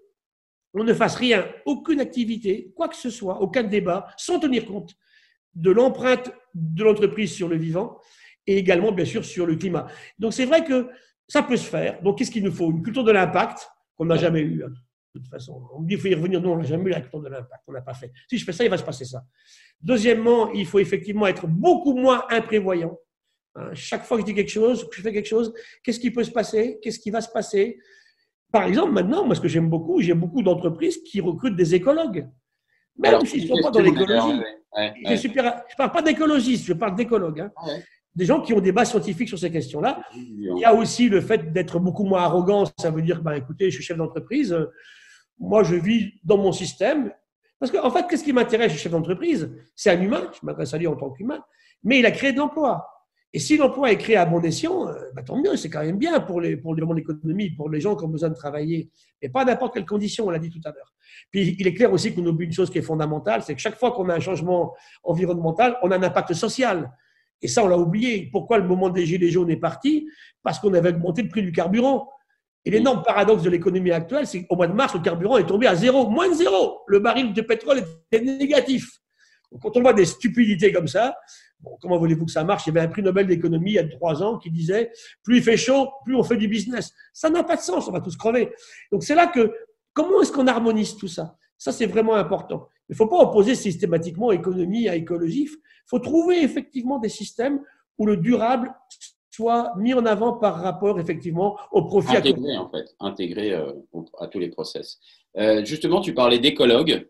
qu'on ne fasse rien, aucune activité, quoi que ce soit, aucun débat, sans tenir compte de l'empreinte de l'entreprise sur le vivant et également, bien sûr, sur le climat. Donc, c'est vrai que ça peut se faire. Donc, qu'est-ce qu'il nous faut? Une culture de l'impact qu'on n'a jamais eue, de toute façon. On me dit qu'il faut y revenir. Non, on n'a jamais eu la culture de l'impact. On n'a pas fait. Si je fais ça, il va se passer ça. Deuxièmement, il faut effectivement être beaucoup moins imprévoyant. Chaque fois que je dis quelque chose, que je fais quelque chose, qu'est-ce qui peut se passer? Qu'est-ce qui va se passer? Par exemple, maintenant, moi, ce que j'aime beaucoup, j'ai beaucoup d'entreprises qui recrutent des écologues. Même s'ils ne sont pas dans l'écologie. Je ne parle pas d'écologistes, je parle d'écologues. Hein. Des gens qui ont des bases scientifiques sur ces questions-là. Il y a aussi le fait d'être beaucoup moins arrogant. Ça veut dire, écoutez, je suis chef d'entreprise, moi, je vis dans mon système. Parce qu'en fait, qu'est-ce qui m'intéresse, je suis chef d'entreprise? C'est un humain, je m'adresse à lui en tant qu'humain, mais il a créé de l'emploi. Et si l'emploi est créé à bon escient, tant mieux, c'est quand même bien pour le monde de l'économie, pour les gens qui ont besoin de travailler, mais pas à n'importe quelle condition, on l'a dit tout à l'heure. Puis il est clair aussi qu'on oublie une chose qui est fondamentale, c'est que chaque fois qu'on a un changement environnemental, on a un impact social Et ça, on l'a oublié. Pourquoi le moment des Gilets jaunes est parti? Parce qu'on avait augmenté le prix du carburant. Et l'énorme paradoxe de l'économie actuelle, c'est qu'au mois de mars, le carburant est tombé à zéro, moins de zéro. Le baril de pétrole était négatif. Donc, quand on voit des stupidités comme ça, bon, comment voulez-vous que ça marche? Il y avait un prix Nobel d'économie il y a 3 ans qui disait plus il fait chaud, plus on fait du business. Ça n'a pas de sens, on va tous crever. Donc c'est là que, comment est-ce qu'on harmonise tout ça? Ça, c'est vraiment important. Il ne faut pas opposer systématiquement économie à écologie. Il faut trouver effectivement des systèmes où le durable soit mis en avant par rapport effectivement au profit. Intégré, en fait, intégré à tous les process. Justement, tu parlais d'écologue.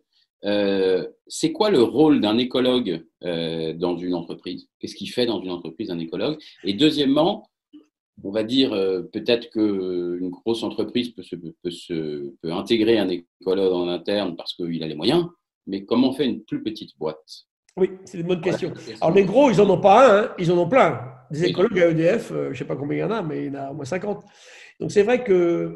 C'est quoi le rôle d'un écologue dans une entreprise? Qu'est-ce qu'il fait dans une entreprise, un écologue? Et deuxièmement, on va dire peut-être qu'une grosse entreprise peut intégrer un écologue en interne parce qu'il a les moyens, mais comment fait une plus petite boîte? Oui, c'est une bonne question. Alors les gros, ils n'en ont pas un, hein, ils en ont plein. Des écologues à EDF, je ne sais pas combien il y en a, mais il y en a au moins 50. Donc c'est vrai que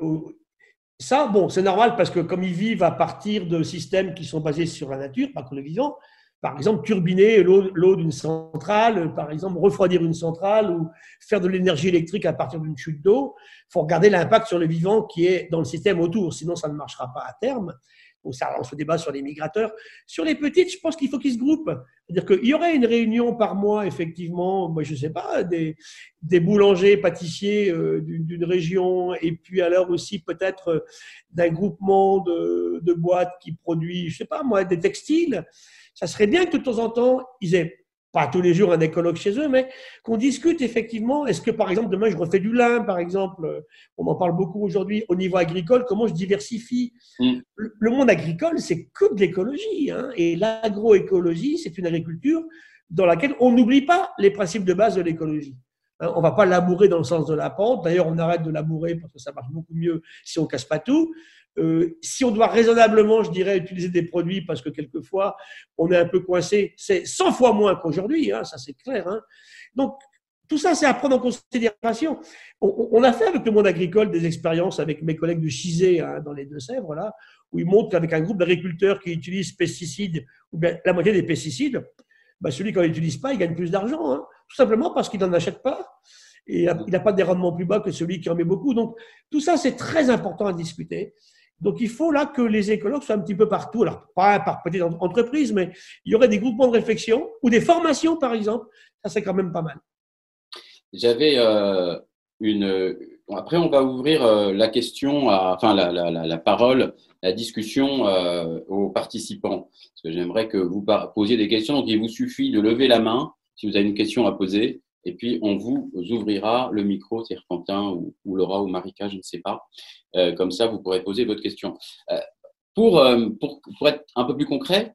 ça, bon, c'est normal parce que comme ils vivent à partir de systèmes qui sont basés sur la nature, pas que le vivant, par exemple turbiner l'eau d'une centrale, par exemple refroidir une centrale ou faire de l'énergie électrique à partir d'une chute d'eau, il faut regarder l'impact sur le vivant qui est dans le système autour, sinon ça ne marchera pas à terme. Donc ça lance le débat sur les migrateurs. Sur les petites, je pense qu'il faut qu'ils se groupent. C'est-à-dire qu'il y aurait une réunion par mois, effectivement, moi je ne sais pas, des boulangers, pâtissiers d'une région, et puis alors aussi peut-être d'un groupement de boîtes qui produit, je ne sais pas moi, des textiles. Ça serait bien que de temps en temps, ils aient pas tous les jours un écologue chez eux, mais qu'on discute effectivement, est-ce que par exemple demain je refais du lin, par exemple, on en parle beaucoup aujourd'hui au niveau agricole, comment je diversifie. Le monde agricole, c'est que de l'écologie, hein, et l'agroécologie, c'est une agriculture dans laquelle on n'oublie pas les principes de base de l'écologie. Hein, on ne va pas labourer dans le sens de la pente, d'ailleurs on arrête de labourer parce que ça marche beaucoup mieux si on ne casse pas tout. Si on doit raisonnablement, je dirais, utiliser des produits parce que quelquefois on est un peu coincé, c'est 100 fois moins qu'aujourd'hui, hein, ça c'est clair. Hein. Donc tout ça, c'est à prendre en considération. On a fait avec le monde agricole des expériences avec mes collègues de Chizé, hein, dans les Deux-Sèvres, là, où ils montrent qu'avec un groupe d'agriculteurs qui utilisent pesticides, ou bien la moitié des pesticides, ben celui qui n'en utilise pas, il gagne plus d'argent, hein, tout simplement parce qu'il n'en achète pas. Et il n'a pas des rendements plus bas que celui qui en met beaucoup. Donc tout ça, c'est très important à discuter. Donc, il faut là que les écologues soient un petit peu partout. Alors, pas par petites entreprises, mais il y aurait des groupements de réflexion ou des formations, par exemple. Ça, c'est quand même pas mal. J'avais Après, on va ouvrir la question, la parole, la discussion aux participants. Parce que j'aimerais que vous posiez des questions. Donc, il vous suffit de lever la main si vous avez une question à poser. Et puis, on vous ouvrira le micro, c'est Quentin ou Laura ou Marika, je ne sais pas. Comme ça, vous pourrez poser votre question. Pour être un peu plus concret,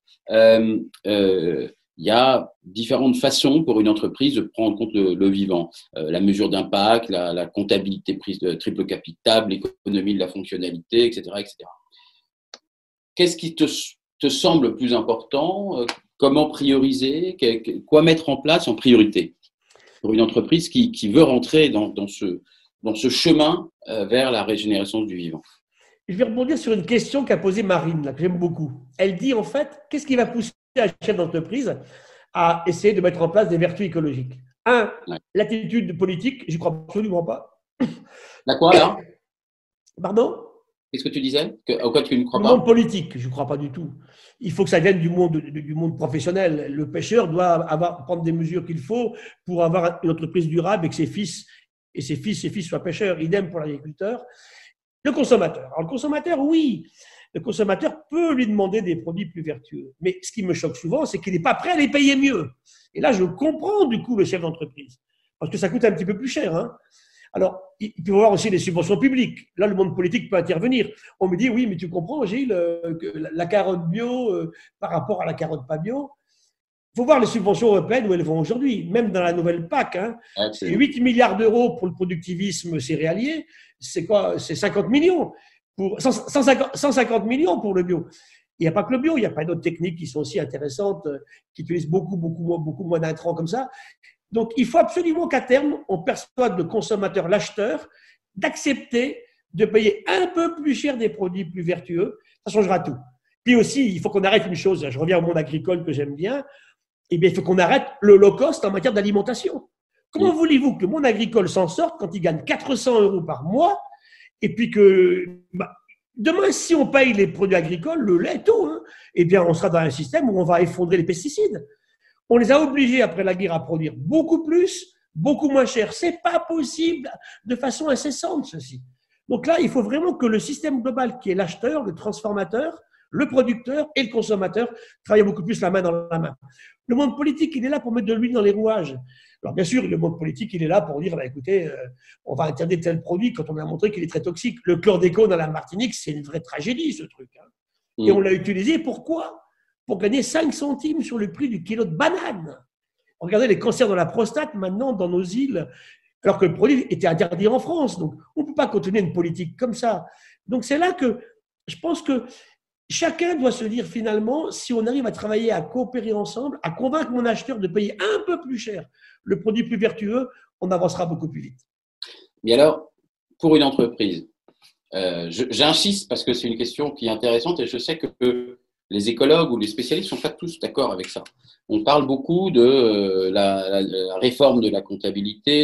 il y a différentes façons pour une entreprise de prendre en compte le vivant. La mesure d'impact, la comptabilité prise de triple capital, l'économie de la fonctionnalité, etc. etc. Qu'est-ce qui te semble plus important? Comment prioriser? Quoi mettre en place en priorité pour une entreprise qui veut rentrer dans ce chemin vers la régénération du vivant? Je vais rebondir sur une question qu'a posée Marine, là, que j'aime beaucoup. Elle dit en fait, qu'est-ce qui va pousser un chef d'entreprise à essayer de mettre en place des vertus écologiques? L'attitude politique, je ne crois absolument pas. La quoi, là? Pardon? Qu'est-ce que tu disais? Auquel tu ne crois pas? Le monde politique, je ne crois pas du tout. Il faut que ça vienne du monde professionnel. Le pêcheur doit prendre des mesures qu'il faut pour avoir une entreprise durable et que ses fils soient pêcheurs. Idem pour l'agriculteur. Le consommateur. Alors, le consommateur, oui, le consommateur peut lui demander des produits plus vertueux. Mais ce qui me choque souvent, c'est qu'il n'est pas prêt à les payer mieux. Et là, je comprends du coup le chef d'entreprise. Parce que ça coûte un petit peu plus cher. Hein. Alors, il peut y avoir aussi des subventions publiques. Là, le monde politique peut intervenir. On me dit, oui, mais tu comprends, Gilles, que la carotte bio par rapport à la carotte pas bio, il faut voir les subventions européennes où elles vont aujourd'hui, même dans la nouvelle PAC. Hein, c'est 8 milliards d'euros pour le productivisme céréalier. C'est quoi? C'est 50 millions. 150 millions pour le bio. Il n'y a pas que le bio, il y a pas d'autres techniques qui sont aussi intéressantes, qui utilisent beaucoup moins d'intrants comme ça. Donc, il faut absolument qu'à terme, on persuade le consommateur, l'acheteur, d'accepter de payer un peu plus cher des produits plus vertueux. Ça changera tout. Puis aussi, il faut qu'on arrête une chose. Je reviens au monde agricole que j'aime bien. eh bien, il faut qu'on arrête le low cost en matière d'alimentation. Comment voulez-vous que le monde agricole s'en sorte quand il gagne 400 € par mois et puis que demain, si on paye les produits agricoles, le lait, tout, hein, eh bien, on sera dans un système où on va effondrer les pesticides. On les a obligés après la guerre à produire beaucoup plus, beaucoup moins cher. C'est pas possible de façon incessante, ceci. Donc là, il faut vraiment que le système global qui est l'acheteur, le transformateur, le producteur et le consommateur travaillent beaucoup plus la main dans la main. Le monde politique, il est là pour mettre de l'huile dans les rouages. Alors bien sûr, le monde politique, il est là pour dire, écoutez, on va interdire tel produit quand on a montré qu'il est très toxique. Le chlordécone à la Martinique, c'est une vraie tragédie, ce truc. Hein. Et on l'a utilisé, pourquoi? Pour gagner 5 centimes sur le prix du kilo de banane. Regardez les cancers de la prostate maintenant dans nos îles, alors que le produit était interdit en France. Donc, on ne peut pas continuer une politique comme ça. Donc, c'est là que je pense que chacun doit se dire finalement, si on arrive à travailler, à coopérer ensemble, à convaincre mon acheteur de payer un peu plus cher le produit plus vertueux, on avancera beaucoup plus vite. Mais alors, pour une entreprise, j'insiste parce que c'est une question qui est intéressante et je sais que les écologues ou les spécialistes ne sont pas tous d'accord avec ça. On parle beaucoup de la réforme de la comptabilité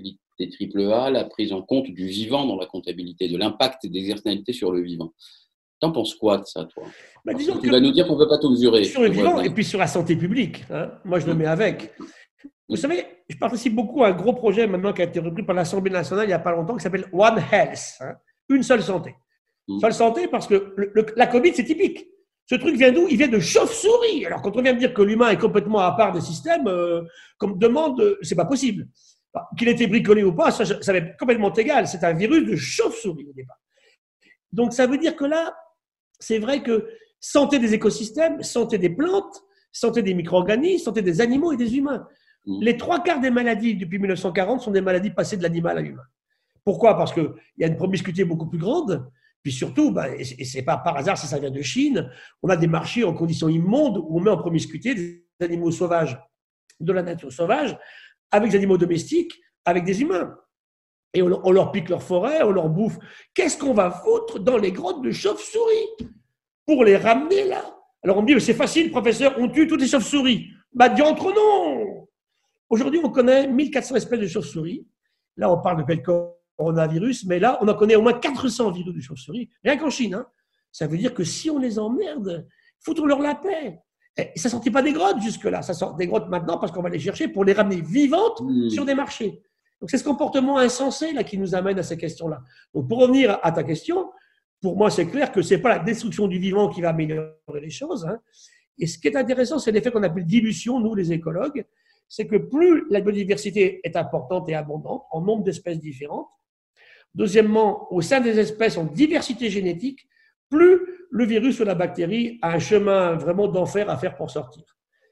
triple A, la prise en compte du vivant dans la comptabilité, de l'impact des externalités sur le vivant. T'en penses quoi de ça, toi? Disons tu vas nous dire qu'on ne peut pas tout mesurer. Sur le vivant et puis sur la santé publique. Hein. Moi, je le mets avec. Vous savez, je participe beaucoup à un gros projet maintenant qui a été repris par l'Assemblée nationale il n'y a pas longtemps qui s'appelle One Health. Hein. Une seule santé. Seule santé parce que la Covid, c'est typique. Ce truc vient d'où? Il vient de chauve-souris. Alors, quand on vient me dire que l'humain est complètement à part des systèmes, qu'on me demande, c'est pas possible. Qu'il ait été bricolé ou pas, ça va être complètement égal. C'est un virus de chauve-souris au départ. Donc, ça veut dire que là, c'est vrai que santé des écosystèmes, santé des plantes, santé des micro-organismes, santé des animaux et des humains. Les 3/4 des maladies depuis 1940 sont des maladies passées de l'animal à l'humain. Pourquoi? Parce qu'il y a une promiscuité beaucoup plus grande. Puis surtout, et ce n'est pas par hasard si ça vient de Chine, on a des marchés en conditions immondes où on met en promiscuité des animaux sauvages, de la nature sauvage, avec des animaux domestiques, avec des humains. Et on leur pique leur forêt, on leur bouffe. Qu'est-ce qu'on va foutre dans les grottes de chauves-souris pour les ramener là? Alors on me dit, c'est facile, professeur, on tue toutes les chauves-souris. Diantre non! Aujourd'hui, on connaît 1400 espèces de chauves-souris. Là, on parle de quel coronavirus, mais là, on en connaît au moins 400 virus de chauve-souris, rien qu'en Chine. Hein. Ça veut dire que si on les emmerde, foutons-leur la paix. Et ça ne sortait pas des grottes jusque-là, ça sort des grottes maintenant parce qu'on va les chercher pour les ramener vivantes sur des marchés. Donc, c'est ce comportement insensé là, qui nous amène à ces questions-là. Donc, pour revenir à ta question, pour moi, c'est clair que ce n'est pas la destruction du vivant qui va améliorer les choses. Hein. Et ce qui est intéressant, c'est l'effet qu'on appelle dilution, nous, les écologues, c'est que plus la biodiversité est importante et abondante, en nombre d'espèces différentes, deuxièmement, au sein des espèces en diversité génétique, plus le virus ou la bactérie a un chemin vraiment d'enfer à faire pour sortir.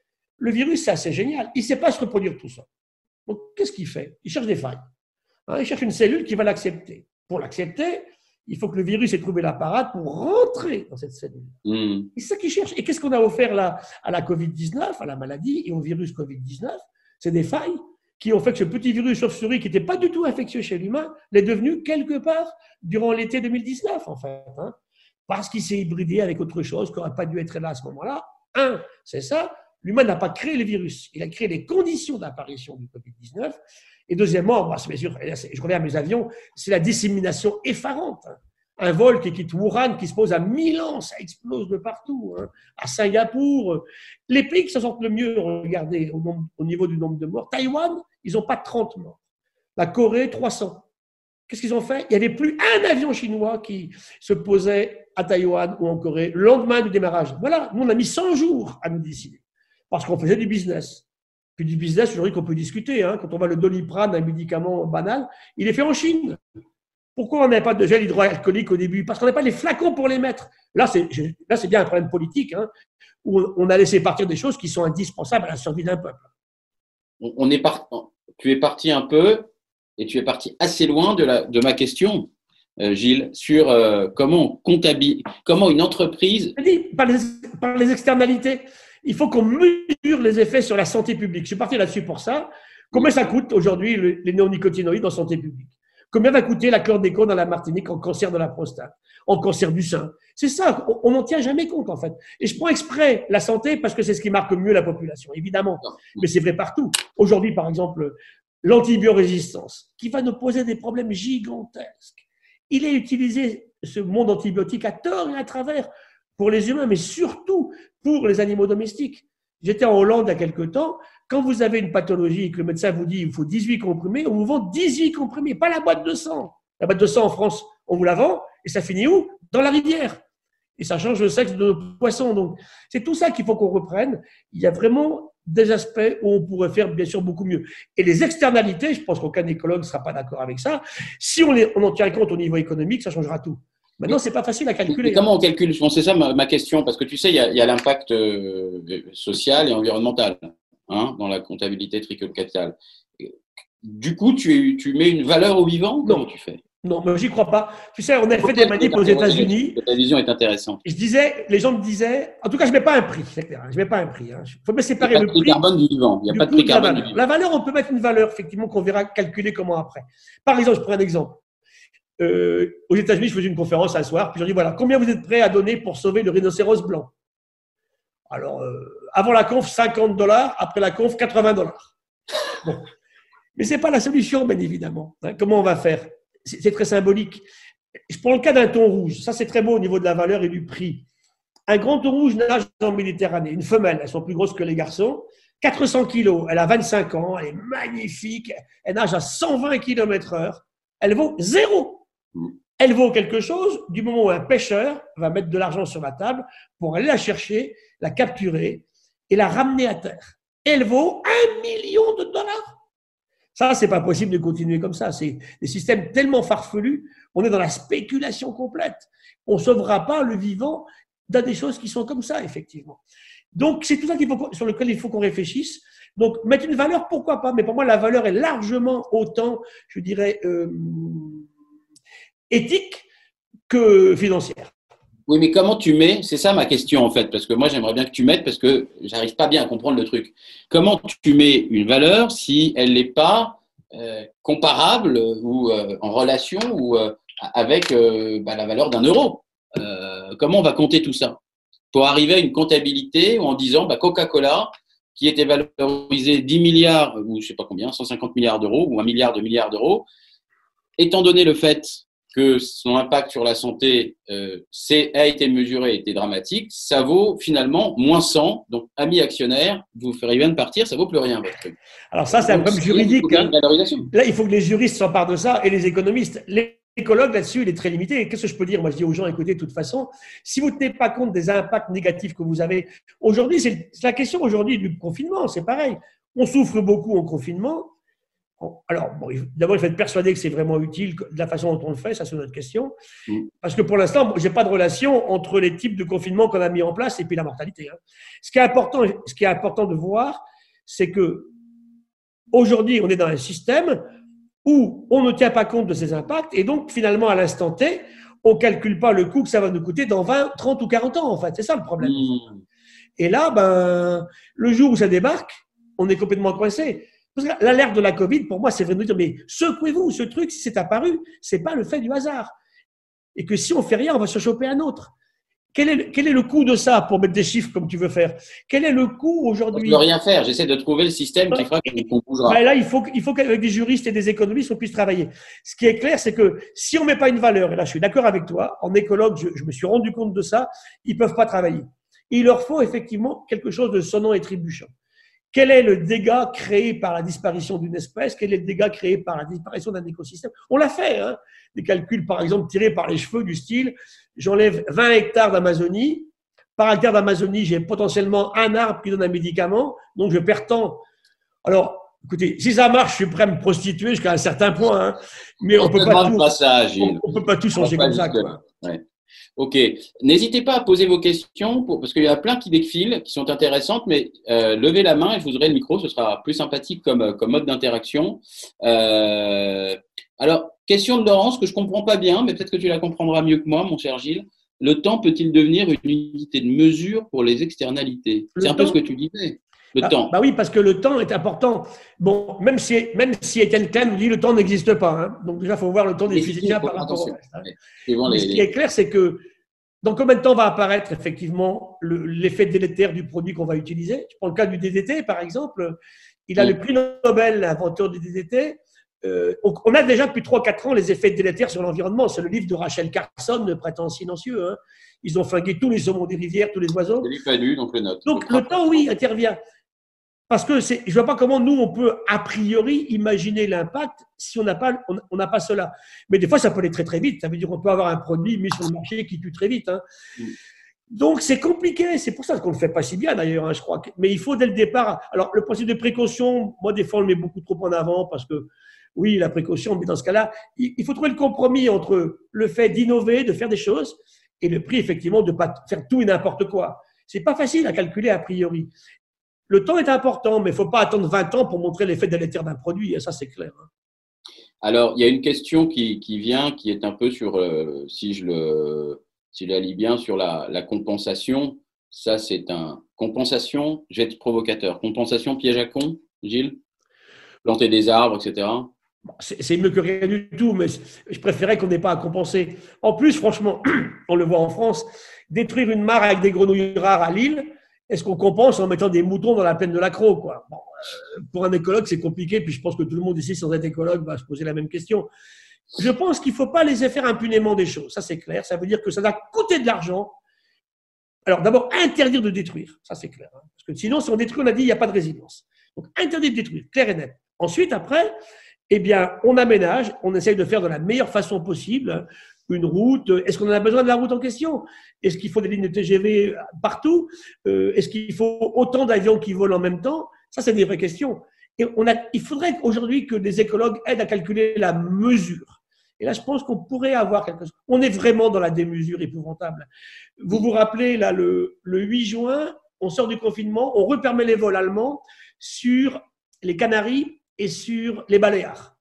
Le virus, c'est assez génial. Il ne sait pas se reproduire tout seul. Donc, qu'est-ce qu'il fait? Il cherche des failles. Il cherche une cellule qui va l'accepter. Pour l'accepter, il faut que le virus ait trouvé la parade pour rentrer dans cette cellule. C'est ça qu'il cherche. Et qu'est-ce qu'on a offert là à la Covid-19, à la maladie et au virus Covid-19? C'est des failles qui ont fait que ce petit virus chauve-souris qui n'était pas du tout infectieux chez l'humain l'est devenu quelque part durant l'été 2019, en fait. Hein, parce qu'il s'est hybridé avec autre chose qui n'aurait pas dû être là à ce moment-là. C'est ça. L'humain n'a pas créé le virus. Il a créé les conditions d'apparition du Covid-19. Et deuxièmement, bien sûr, je reviens à mes avions, c'est la dissémination effarante. Hein. Un vol qui quitte Wuhan, qui se pose à Milan, ça explose de partout. Hein. À Singapour, les pays qui s'en sortent le mieux, regardez, au niveau du nombre de morts. Taïwan, ils n'ont pas 30 morts. La Corée, 300. Qu'est-ce qu'ils ont fait? Il n'y avait plus un avion chinois qui se posait à Taïwan ou en Corée le lendemain du démarrage. Voilà, nous on a mis 100 jours à nous décider. Parce qu'on faisait du business. Puis du business, aujourd'hui qu'on peut discuter. Hein. Quand on voit le Doliprane, un médicament banal, il est fait en Chine. Pourquoi on n'avait pas de gel hydroalcoolique au début? Parce qu'on n'avait pas les flacons pour les mettre. Là, c'est bien un problème politique, hein, où on a laissé partir des choses qui sont indispensables à la survie d'un peuple. Tu es parti un peu, et tu es parti assez loin de ma question, Gilles, sur comment une entreprise… Je dis, par les externalités. Il faut qu'on mesure les effets sur la santé publique. Je suis parti là-dessus pour ça. Combien ça coûte aujourd'hui les néonicotinoïdes en santé publique? Combien va coûter la chlordécone dans la Martinique en cancer de la prostate, en cancer du sein? C'est ça, on n'en tient jamais compte en fait. Et je prends exprès la santé parce que c'est ce qui marque mieux la population, évidemment. Mais c'est vrai partout. Aujourd'hui, par exemple, l'antibiorésistance, qui va nous poser des problèmes gigantesques. Il est utilisé, ce monde antibiotique, à tort et à travers pour les humains, mais surtout pour les animaux domestiques. J'étais en Hollande il y a quelque temps. Quand vous avez une pathologie et que le médecin vous dit qu'il faut 18 comprimés, on vous vend 18 comprimés, pas la boîte de sang. La boîte de sang en France, on vous la vend et ça finit où? Dans la rivière. Et ça change le sexe de nos poissons. Donc, c'est tout ça qu'il faut qu'on reprenne. Il y a vraiment des aspects où on pourrait faire bien sûr beaucoup mieux. Et les externalités, je pense qu'aucun écologue ne sera pas d'accord avec ça. Si on en tient compte au niveau économique, ça changera tout. Maintenant, c'est pas facile à calculer. Mais comment on calcule? Bon, c'est ça ma question, parce que tu sais, il y a l'impact social et environnemental dans la comptabilité tricote-capitale. Du coup, tu mets une valeur au vivant? Comment tu fais? Non, mais j'y crois pas. Tu sais, on a fait des manips aux États-Unis. Ta vision est intéressante. Je disais, les gens me disaient, en tout cas, je mets pas un prix, c'est clair. Je mets pas un prix. Il faut me séparer le prix. Il n'y a pas de prix carbone du vivant. Il n'y a pas de prix carbone du vivant. La valeur, on peut mettre une valeur, effectivement, qu'on verra calculer comment après. Par exemple, je prends un exemple. Aux États-Unis, je faisais une conférence un soir, puis je dis voilà, combien vous êtes prêts à donner pour sauver le rhinocéros blanc? Alors, avant la conf, $50, après la conf, $80. Bon. Mais ce n'est pas la solution, bien évidemment. Comment on va faire? C'est très symbolique. Je prends le cas d'un thon rouge. Ça, c'est très beau au niveau de la valeur et du prix. Un grand thon rouge nage en Méditerranée. Une femelle, elles sont plus grosses que les garçons. 400 kilos, elle a 25 ans, elle est magnifique. Elle nage à 120 km/h. Elle vaut 0. Elle vaut quelque chose du moment où un pêcheur va mettre de l'argent sur la table pour aller la chercher, la capturer et la ramener à terre. Elle vaut $1 million. Ça, c'est pas possible de continuer comme ça. C'est des systèmes tellement farfelus. On est dans la spéculation complète. On ne sauvera pas le vivant dans des choses qui sont comme ça, effectivement. Donc, c'est tout ça sur lequel il faut qu'on réfléchisse. Donc, mettre une valeur, pourquoi pas? Mais pour moi, la valeur est largement autant, je dirais, éthique que financière. Oui, mais comment tu mets? C'est ça ma question en fait, parce que moi j'aimerais bien que tu mettes, parce que j'arrive pas bien à comprendre le truc. Comment tu mets une valeur si elle n'est pas comparable ou en relation ou avec la valeur d'un euro? Comment on va compter tout ça pour arriver à une comptabilité où en disant Coca-Cola, qui était valorisé 10 milliards ou je sais pas combien, 150 milliards d'euros ou 1 milliard de milliards d'euros, étant donné le fait que son impact sur la santé a été mesuré, a été dramatique, ça vaut finalement moins 100. Donc, amis actionnaires, vous ferez bien de partir, ça vaut plus rien, votre truc. Alors ça, c'est un problème juridique. Là, il faut que les juristes s'emparent de ça et les économistes. L'écologue, là-dessus, il est très limité. Et qu'est-ce que je peux dire? Moi, je dis aux gens, écoutez, de toute façon, si vous ne tenez pas compte des impacts négatifs que vous avez, aujourd'hui, c'est la question aujourd'hui du confinement, c'est pareil. On souffre beaucoup en confinement. Alors, d'abord, il faut être persuadé que c'est vraiment utile de la façon dont on le fait, ça c'est notre question. Parce que pour l'instant, je n'ai pas de relation entre les types de confinement qu'on a mis en place et puis la mortalité. Ce qui est important de voir, c'est que aujourd'hui, on est dans un système où on ne tient pas compte de ces impacts et donc finalement, à l'instant T, on ne calcule pas le coût que ça va nous coûter dans 20, 30 ou 40 ans, en fait. C'est ça le problème. Et là, le jour où ça débarque, on est complètement coincé. Parce que l'alerte de la Covid, pour moi, c'est vraiment de dire, mais secouez-vous, ce truc, si c'est apparu, ce n'est pas le fait du hasard. Et que si on ne fait rien, on va se choper un autre. Quel est le coût de ça pour mettre des chiffres comme tu veux faire? Quel est le coût aujourd'hui? Je ne peux rien faire, j'essaie de trouver le système qui fera qu'on bougera. Là, il faut qu'avec des juristes et des économistes, on puisse travailler. Ce qui est clair, c'est que si on ne met pas une valeur, et là je suis d'accord avec toi, en écologue, je me suis rendu compte de ça, ils ne peuvent pas travailler. Il leur faut effectivement quelque chose de sonnant et trébuchant. Quel est le dégât créé par la disparition d'une espèce? Quel est le dégât créé par la disparition d'un écosystème? On l'a fait, des calculs par exemple tirés par les cheveux du style, j'enlève 20 hectares d'Amazonie, par hectare d'Amazonie, j'ai potentiellement un arbre qui donne un médicament, donc je perds tant. Alors, écoutez, si ça marche, je suis prêt à me prostituer jusqu'à un certain point, mais on ne peut pas tout changer comme ça. Quoi. Ouais. Ok. N'hésitez pas à poser vos questions parce qu'il y a plein qui défilent, qui sont intéressantes, mais levez la main et je vous donnerai le micro, ce sera plus sympathique comme mode d'interaction. Alors, question de Laurence que je ne comprends pas bien, mais peut-être que tu la comprendras mieux que moi, mon cher Gilles. Le temps peut-il devenir une unité de mesure pour les externalités? C'est un peu ce que tu disais. Le temps. Bah oui, parce que le temps est important. Bon, même si Étienne Klein nous dit que le temps n'existe pas. Hein. Donc déjà, il faut voir le temps des physiciens par rapport au reste. Hein. Mais ce qui est clair, c'est que dans combien de temps va apparaître effectivement l'effet délétère du produit qu'on va utiliser. Je prends le cas du DDT, par exemple. Il a le prix Nobel, l'inventeur du DDT. On a déjà depuis 3-4 ans les effets délétères sur l'environnement. C'est le livre de Rachel Carson, Le printemps silencieux. Hein. Ils ont flingué tous les saumons des rivières, tous les oiseaux. Je l'ai pas lu, donc le note. Donc le temps, oui, intervient. Parce que je ne vois pas comment nous, on peut a priori imaginer l'impact si on n'a pas cela. Mais des fois, ça peut aller très très vite. Ça veut dire qu'on peut avoir un produit mis sur le marché qui tue très vite. Hein. Donc c'est compliqué. C'est pour ça qu'on ne le fait pas si bien d'ailleurs, hein, je crois. Mais il faut dès le départ. Alors le principe de précaution, moi des fois on le met beaucoup trop en avant parce que oui, la précaution, mais dans ce cas-là, il faut trouver le compromis entre le fait d'innover, de faire des choses, et le prix effectivement de ne pas faire tout et n'importe quoi. C'est pas facile à calculer a priori. Le temps est important, mais il ne faut pas attendre 20 ans pour montrer l'effet délétère d'un produit, et ça, c'est clair. Alors, il y a une question qui vient, qui est un peu sur, si je la lis bien, sur la compensation. Ça, c'est compensation, jet provocateur. Compensation, piège à con, Gilles? Planter des arbres, etc. C'est mieux que rien du tout, mais je préférais qu'on n'ait pas à compenser. En plus, franchement, on le voit en France, détruire une mare avec des grenouilles rares à Lille, est-ce qu'on compense en mettant des moutons dans la plaine de l'Accro, quoi? Bon, pour un écologue, c'est compliqué, puis je pense que tout le monde ici, sans être écologue, va se poser la même question. Je pense qu'il ne faut pas laisser faire impunément des choses, ça c'est clair. Ça veut dire que ça va coûter de l'argent. Alors d'abord, interdire de détruire, ça c'est clair. Hein, parce que sinon, si on détruit, on a dit, il n'y a pas de résilience. Donc interdire de détruire, clair et net. Ensuite, après, eh bien, on aménage, on essaye de faire de la meilleure façon possible une route. Est-ce qu'on en a besoin de la route en question? Est-ce qu'il faut des lignes de TGV partout? Est-ce qu'il faut autant d'avions qui volent en même temps? Ça, c'est des vraies questions. Et il faudrait aujourd'hui que des écologues aident à calculer la mesure. Et là, je pense qu'on pourrait avoir quelque chose. On est vraiment dans la démesure épouvantable. Vous vous rappelez, là, le 8 juin, on sort du confinement, on repermet les vols allemands sur les Canaries et sur les Baléares.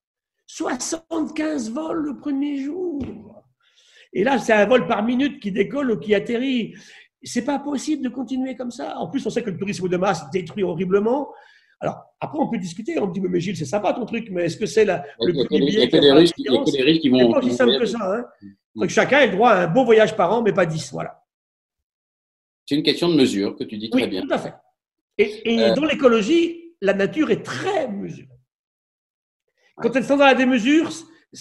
75 vols le premier jour. Et là, c'est un vol par minute qui décolle ou qui atterrit. C'est pas possible de continuer comme ça. En plus, on sait que le tourisme de masse détruit horriblement. Alors, après, on peut discuter. On me dit, mais Gilles, c'est sympa ton truc, mais est-ce que c'est le prix du billet? Il y a que des risques qui vont. C'est pas aussi simple que ça. Hein. Donc, chacun a le droit à un beau voyage par an, mais pas 10. Voilà. C'est une question de mesure que tu dis très bien. Tout à fait. Et dans l'écologie, la nature est très mesurée. Quand elle est dans la démesure,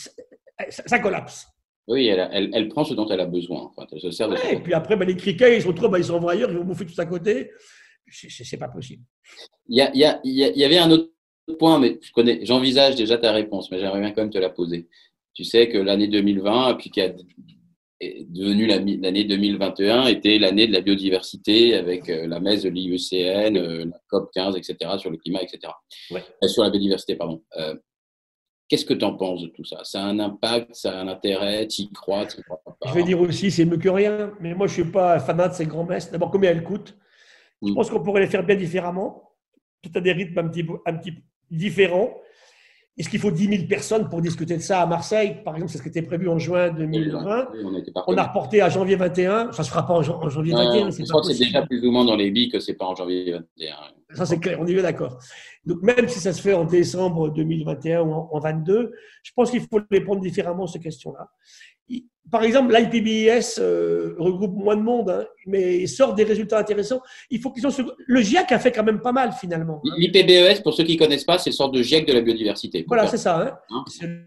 ça collapse. Oui, elle prend ce dont elle a besoin. Enfin, elle se sert de et puis après, les criquets, ils se retrouvent, ils sont ailleurs, ils vont bouffer tout à côté. C'est pas possible. Il y avait un autre point, mais j'envisage déjà ta réponse, mais j'aimerais bien quand même te la poser. Tu sais que l'année 2020, puis qui est devenue l'année 2021, était l'année de la biodiversité avec la messe de l'IUCN, la COP 15, etc., sur le climat, etc. Ouais. Sur la biodiversité, pardon. Qu'est-ce que tu en penses de tout ça? Ça a un impact, ça a un intérêt, tu y crois, tu y crois pas? Je vais dire aussi, c'est mieux que rien. Mais moi, je ne suis pas fanat de ces grands-messes. D'abord, combien elles coûtent? Je pense qu'on pourrait les faire bien différemment, tout à des rythmes un petit peu différents. Est-ce qu'il faut 10 000 personnes pour discuter de ça à Marseille? Par exemple, c'est ce qui était prévu en juin 2020. Oui, on a reporté à janvier 21. Ça ne se fera pas en janvier 21. Je crois que c'est déjà plus ou moins dans les billes que ce n'est pas en janvier 21. Ça, c'est clair, on y est d'accord. Donc, même si ça se fait en décembre 2021 ou en 2022, je pense qu'il faut les prendre différemment, ces questions-là. Par exemple, l'IPBES regroupe moins de monde, hein, mais sort des résultats intéressants. Il faut qu'ils ont le GIEC a fait quand même pas mal, finalement. Hein. L'IPBES, pour ceux qui ne connaissent pas, c'est une sorte de GIEC de la biodiversité. Voilà, c'est ça. Hein.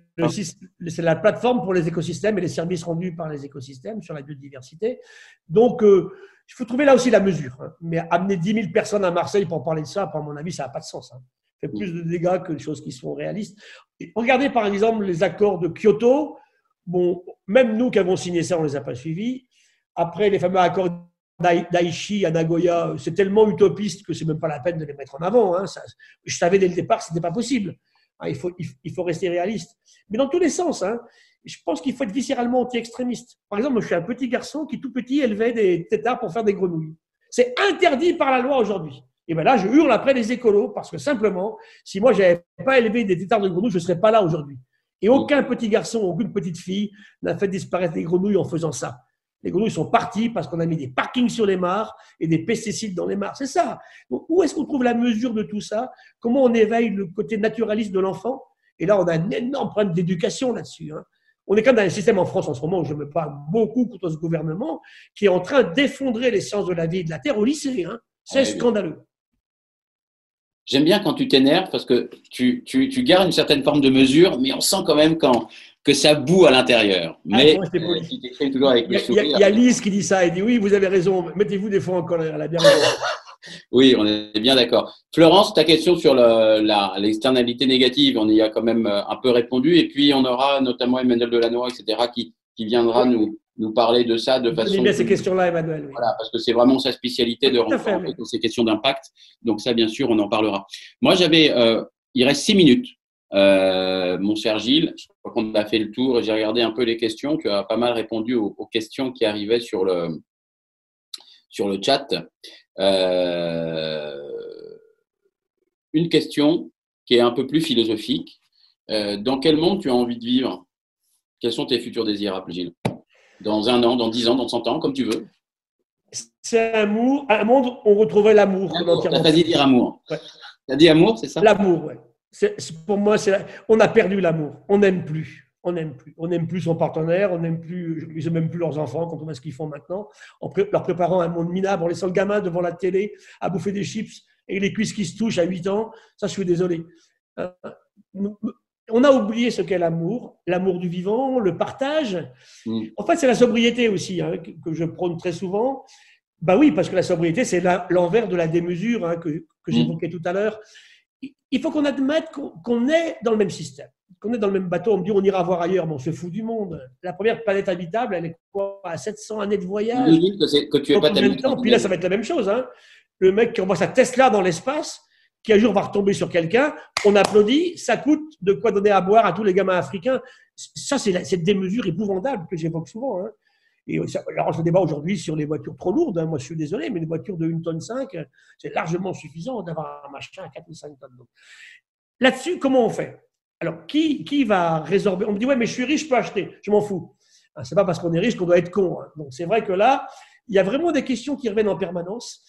C'est la plateforme pour les écosystèmes et les services rendus par les écosystèmes sur la biodiversité. Donc, il faut trouver là aussi la mesure. Hein. Mais amener 10 000 personnes à Marseille pour parler de ça, à mon avis, ça n'a pas de sens. Hein. Ça fait plus de dégâts que des choses qui sont réalistes. Et regardez par exemple les accords de Kyoto. Bon, même nous qui avons signé ça, on ne les a pas suivis. Après, les fameux accords d'Aichi à Nagoya, c'est tellement utopiste que ce n'est même pas la peine de les mettre en avant. Hein. Ça, je savais dès le départ que ce n'était pas possible. Hein, il faut rester réaliste. Mais dans tous les sens, hein, je pense qu'il faut être viscéralement anti-extrémiste. Par exemple, moi, je suis un petit garçon qui, tout petit, élevait des têtards pour faire des grenouilles. C'est interdit par la loi aujourd'hui. Et bien là, je hurle après les écolos parce que simplement, si moi, je n'avais pas élevé des têtards de grenouilles, je ne serais pas là aujourd'hui. Et aucun petit garçon, aucune petite fille n'a fait disparaître les grenouilles en faisant ça. Les grenouilles sont parties parce qu'on a mis des parkings sur les mares et des pesticides dans les mares. C'est ça. Donc, où est-ce qu'on trouve la mesure de tout ça? Comment on éveille le côté naturaliste de l'enfant? Et là, on a un énorme problème d'éducation là-dessus. Hein. On est quand même dans un système en France en ce moment où je me parle beaucoup contre ce gouvernement qui est en train d'effondrer les sciences de la vie et de la terre au lycée. Hein. C'est scandaleux. J'aime bien quand tu t'énerves parce que tu gardes une certaine forme de mesure, mais on sent quand même que ça boue à l'intérieur. Mais tu t'exprimes toujours avec le sourire. Il y a Lise qui dit ça. Elle dit oui, vous avez raison. Mettez-vous des fois en colère. Elle a bien raison. Oui, on est bien d'accord. Florence, ta question sur l'externalité négative, on y a quand même un peu répondu. Et puis, on aura notamment Emmanuel Delannoy, etc., qui viendra nous parler de ça de façon… bien ces questions-là, Emmanuel. Oui. Voilà, parce que c'est vraiment sa spécialité de rentrer dans ces questions d'impact. Donc ça, bien sûr, on en parlera. Moi, il reste 6 minutes. Mon cher Gilles, je crois qu'on a fait le tour et j'ai regardé un peu les questions. Tu as pas mal répondu aux questions qui arrivaient sur le chat. Une question qui est un peu plus philosophique. Dans quel monde tu as envie de vivre? Quels sont tes futurs désirables, Gilles? Dans 1 an, dans 10 ans, dans 100 ans, comme tu veux. C'est un monde où on retrouverait l'amour. Tu n'as pas dit dire amour. Ouais. Tu as dit amour, c'est ça? L'amour, oui. Pour moi, on a perdu l'amour. On n'aime plus. On n'aime plus. On n'aime plus son partenaire. On n'aime plus. Ils n'aiment même plus leurs enfants quand on voit ce qu'ils font maintenant. En leur préparant un monde minable, en laissant le gamin devant la télé à bouffer des chips et les cuisses qui se touchent à 8 ans. Ça, je suis désolé. On a oublié ce qu'est l'amour du vivant, le partage. En fait, c'est la sobriété aussi que je prône très souvent. Ben oui, parce que la sobriété, c'est l'envers de la démesure que j'évoquais tout à l'heure. Il faut qu'on admette qu'on est dans le même système, qu'on est dans le même bateau. On me dit on ira voir ailleurs, mais on se fout du monde. La première planète habitable, elle est quoi, à 700 années de voyage. Que tu es pas tellement… Puis là, ça va être la même chose. Hein. Le mec qui envoie sa Tesla dans l'espace, qui un jour va retomber sur quelqu'un, on applaudit, ça coûte de quoi donner à boire à tous les gamins africains. Ça, c'est cette démesure épouvantable que j'évoque souvent. Hein. Et alors, je débat aujourd'hui sur les voitures trop lourdes. Hein. Moi, je suis désolé, mais les voitures de 1,5 tonne, c'est largement suffisant d'avoir un machin à 4 ou 5 tonnes. Là-dessus, comment on fait? Alors, qui va résorber? On me dit, ouais, mais je suis riche, je peux acheter. Je m'en fous. C'est pas parce qu'on est riche qu'on doit être con. Hein. Donc, c'est vrai que là, il y a vraiment des questions qui reviennent en permanence.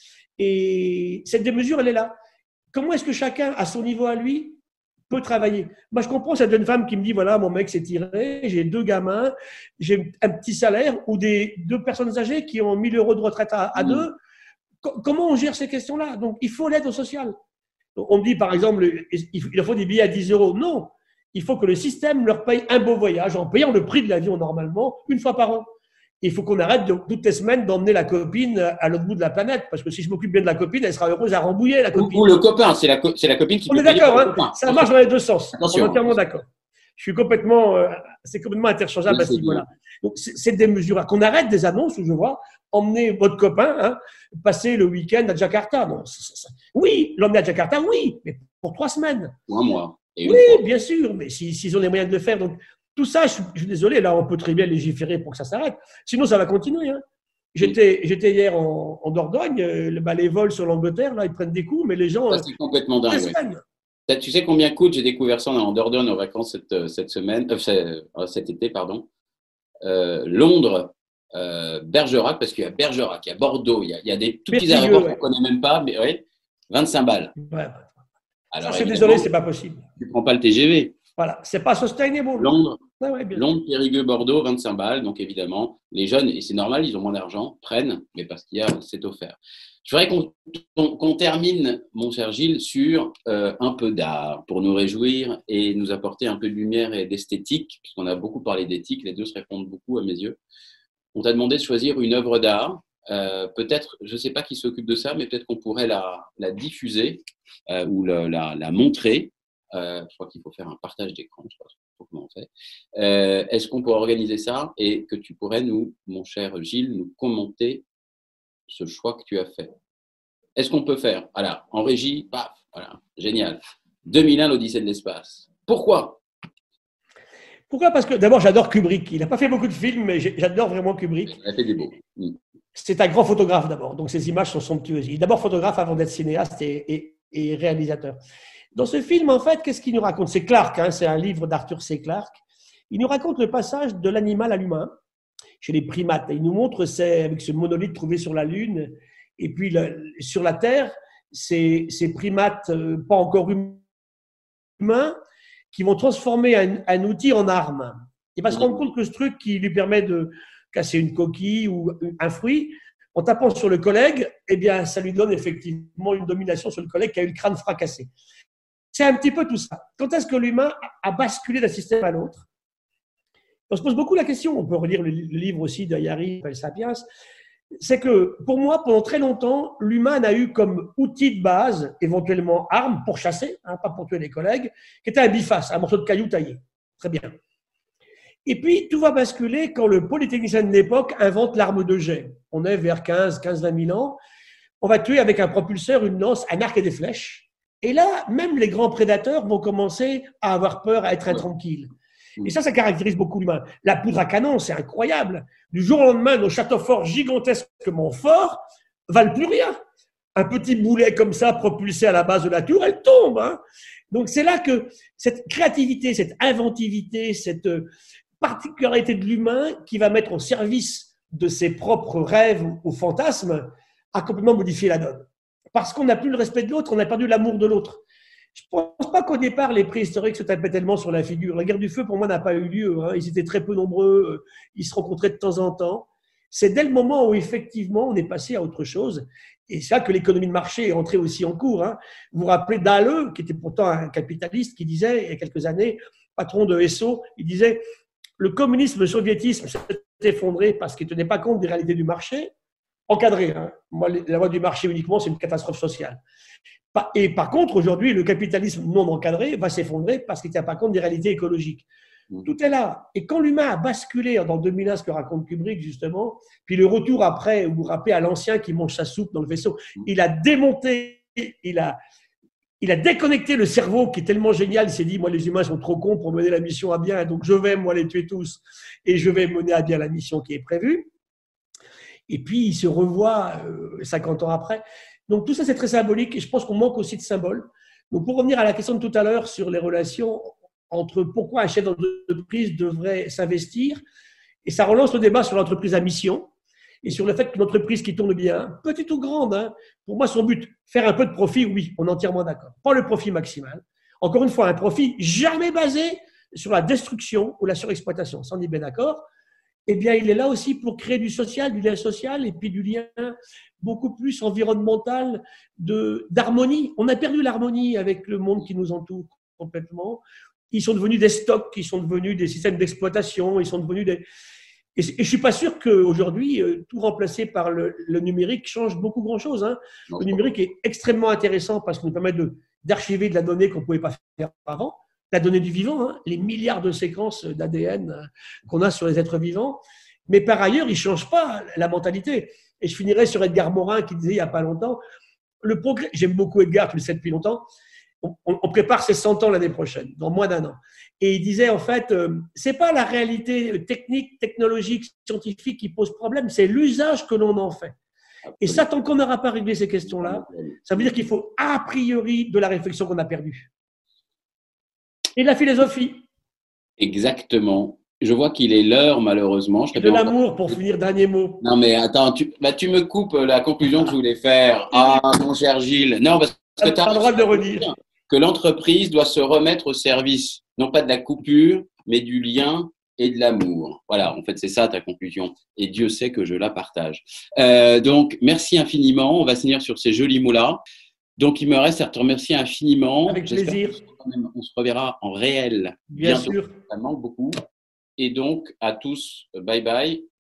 Et cette démesure, elle est là. Comment est-ce que chacun, à son niveau à lui, peut travailler? Moi, je comprends cette jeune femme qui me dit, voilà, mon mec s'est tiré, j'ai 2 gamins, j'ai un petit salaire, ou 2 personnes âgées qui ont 1 000 € de retraite à 2. Comment on gère ces questions-là? Donc, il faut l'aide au social. Donc, on me dit, par exemple, il leur faut des billets à 10 €. Non, il faut que le système leur paye un beau voyage en payant le prix de l'avion normalement, 1 fois par an. Il faut qu'on arrête toutes les semaines d'emmener la copine à l'autre bout de la planète. Parce que si je m'occupe bien de la copine, elle sera heureuse à Rambouillet, la copine. Ou le copain, c'est la copine qui… On est d'accord, hein, ça marche dans les 2 sens. Attention. On est entièrement d'accord. Je suis complètement, c'est complètement interchangeable à ce niveau-là. Donc, c'est des mesures. Qu'on arrête des annonces où je vois emmener votre copain, passer le week-end à Jakarta. Non, oui, l'emmener à Jakarta, oui, mais pour 3 semaines. Ou 1 mois. Oui, bien sûr, mais s'ils ont les moyens de le faire. Donc, tout ça, je suis désolé, là, on peut très bien légiférer pour que ça s'arrête. Sinon, ça va continuer. Hein. J'étais hier en Dordogne, les vols sur l'Angleterre, là, ils prennent des coups, mais les gens… Ça, c'est complètement dingue. Ouais. Tu sais combien coûte? J'ai découvert ça en Dordogne en vacances cet été, pardon. Londres, Bergerac, parce qu'il y a Bergerac, il y a Bordeaux, il y a des tout petits aéroports qu'on ne connaît même pas, mais oui, 25 balles. Ouais. Alors, ça, je suis désolé, c'est pas possible. Tu ne prends pas le TGV. Voilà, c'est pas sustainable. Londres, Périgueux, Bordeaux, 25 balles. Donc, évidemment, les jeunes, et c'est normal, ils ont moins d'argent, prennent, mais parce qu'il y a, c'est offert. Je voudrais qu'on termine, mon cher Gilles, sur un peu d'art pour nous réjouir et nous apporter un peu de lumière et d'esthétique, puisqu'on a beaucoup parlé d'éthique, les deux se répondent beaucoup à mes yeux. On t'a demandé de choisir une œuvre d'art. Peut-être, je ne sais pas qui s'occupe de ça, mais peut-être qu'on pourrait la diffuser ou la montrer. Je crois qu'il faut faire un partage d'écran, je ne sais pas comment on fait. Est-ce qu'on pourrait organiser ça et que tu pourrais nous, mon cher Gilles, nous commenter ce choix que tu as fait? Est-ce qu'on peut faire, voilà, en régie, paf, voilà, génial, 2001, l'Odyssée de l'espace. Pourquoi? Parce que d'abord, j'adore Kubrick. Il n'a pas fait beaucoup de films, mais j'adore vraiment Kubrick. Il a fait des beaux. C'est un grand photographe d'abord, donc ses images sont somptueuses. Il est d'abord photographe avant d'être cinéaste et réalisateur. Dans ce film, en fait, qu'est-ce qu'il nous raconte? C'est Clarke, c'est un livre d'Arthur C. Clarke. Il nous raconte le passage de l'animal à l'humain. chez les primates. Et il nous montre, avec ce monolithe trouvé sur la Lune, et puis sur la Terre, ces primates pas encore humains qui vont transformer un outil en arme. Il va se rendre compte que ce truc qui lui permet de casser une coquille ou un fruit, en tapant sur le collègue, eh bien, ça lui donne effectivement une domination sur le collègue qui a eu le crâne fracassé. C'est un petit peu tout ça. Quand est-ce que l'humain a basculé d'un système à l'autre? On se pose beaucoup la question, on peut relire le livre aussi de Harari, Sapiens, c'est que pour moi, pendant très longtemps, l'humain n'a eu comme outil de base, éventuellement arme pour chasser, pas pour tuer les collègues, qui était un biface, un morceau de caillou taillé. Très bien. Et puis, tout va basculer quand le polytechnicien de l'époque invente l'arme de jet. On est vers 15-20 000 ans. On va tuer avec un propulseur, une lance, un arc et des flèches. Et là, même les grands prédateurs vont commencer à avoir peur, à être intranquilles. Et ça caractérise beaucoup l'humain. La poudre à canon, c'est incroyable. Du jour au lendemain, nos châteaux forts gigantesquement forts valent plus rien. Un petit boulet comme ça, propulsé à la base de la tour, elle tombe. Donc c'est là que cette créativité, cette inventivité, cette particularité de l'humain qui va mettre au service de ses propres rêves ou fantasmes a complètement modifié la donne. Parce qu'on n'a plus le respect de l'autre, on a perdu l'amour de l'autre. Je ne pense pas qu'au départ, les préhistoriques se tapaient tellement sur la figure. La guerre du feu, pour moi, n'a pas eu lieu. Ils étaient très peu nombreux, ils se rencontraient de temps en temps. C'est dès le moment où, effectivement, on est passé à autre chose. Et c'est là que l'économie de marché est entrée aussi en cours. Vous vous rappelez Dahle, qui était pourtant un capitaliste, qui disait, il y a quelques années, patron de Esso, il disait « Le communisme, le soviétisme s'est effondré parce qu'il ne tenait pas compte des réalités du marché. » Encadré. Moi, la loi du marché uniquement, c'est une catastrophe sociale. Et par contre, aujourd'hui, le capitalisme non encadré va s'effondrer parce qu'il ne tient pas compte des réalités écologiques. Tout est là. Et quand l'humain a basculé dans 2001, ce que raconte Kubrick, justement, puis le retour après, vous vous rappelez à l'ancien qui mange sa soupe dans le vaisseau, il a démonté, il a déconnecté le cerveau qui est tellement génial. Il s'est dit, moi, les humains sont trop cons pour mener la mission à bien, donc je vais, moi, les tuer tous et je vais mener à bien la mission qui est prévue. Et puis, il se revoit 50 ans après. Donc, tout ça, c'est très symbolique et je pense qu'on manque aussi de symboles. Donc, pour revenir à la question de tout à l'heure sur les relations entre pourquoi un chef d'entreprise devrait s'investir, et ça relance le débat sur l'entreprise à mission et sur le fait qu'une entreprise qui tourne bien, petite ou grande, pour moi, son but, faire un peu de profit, oui, on est entièrement d'accord. Pas le profit maximal. Encore une fois, un profit jamais basé sur la destruction ou la surexploitation. Ça, on est bien d'accord. Eh bien, il est là aussi pour créer du social, du lien social et puis du lien beaucoup plus environnemental, d'harmonie. On a perdu l'harmonie avec le monde qui nous entoure complètement. Ils sont devenus des stocks, ils sont devenus des systèmes d'exploitation, ils sont devenus des… Et je ne suis pas sûr qu'aujourd'hui, tout remplacé par le numérique change beaucoup grand-chose. Le numérique est extrêmement intéressant parce qu'il nous permet d'archiver de la donnée qu'on ne pouvait pas faire avant. La donnée du vivant, les milliards de séquences d'ADN qu'on a sur les êtres vivants. Mais par ailleurs, il ne change pas la mentalité. Et je finirai sur Edgar Morin qui disait il n'y a pas longtemps, le progrès, j'aime beaucoup Edgar, tu le sais depuis longtemps, on prépare ses 100 ans l'année prochaine, dans moins d'un an. Et il disait en fait, ce n'est pas la réalité technique, technologique, scientifique qui pose problème, c'est l'usage que l'on en fait. Et ça, tant qu'on n'aura pas réglé ces questions-là, ça veut dire qu'il faut a priori de la réflexion qu'on a perdue. Et de la philosophie. Exactement. Je vois qu'il est l'heure, malheureusement. Et de l'amour, pour finir, dernier mot. Non, mais attends, tu me coupes la conclusion que je voulais faire. Ah, mon cher Gilles. Non, parce que tu as le droit de le redire. Que l'entreprise doit se remettre au service, non pas de la coupure, mais du lien et de l'amour. Voilà, en fait, c'est ça ta conclusion. Et Dieu sait que je la partage. Donc, merci infiniment. On va finir sur ces jolis mots-là. Donc, il me reste à te remercier infiniment. Avec plaisir. On se reverra en réel. Bien sûr. Ça manque beaucoup. Et donc, à tous, bye bye.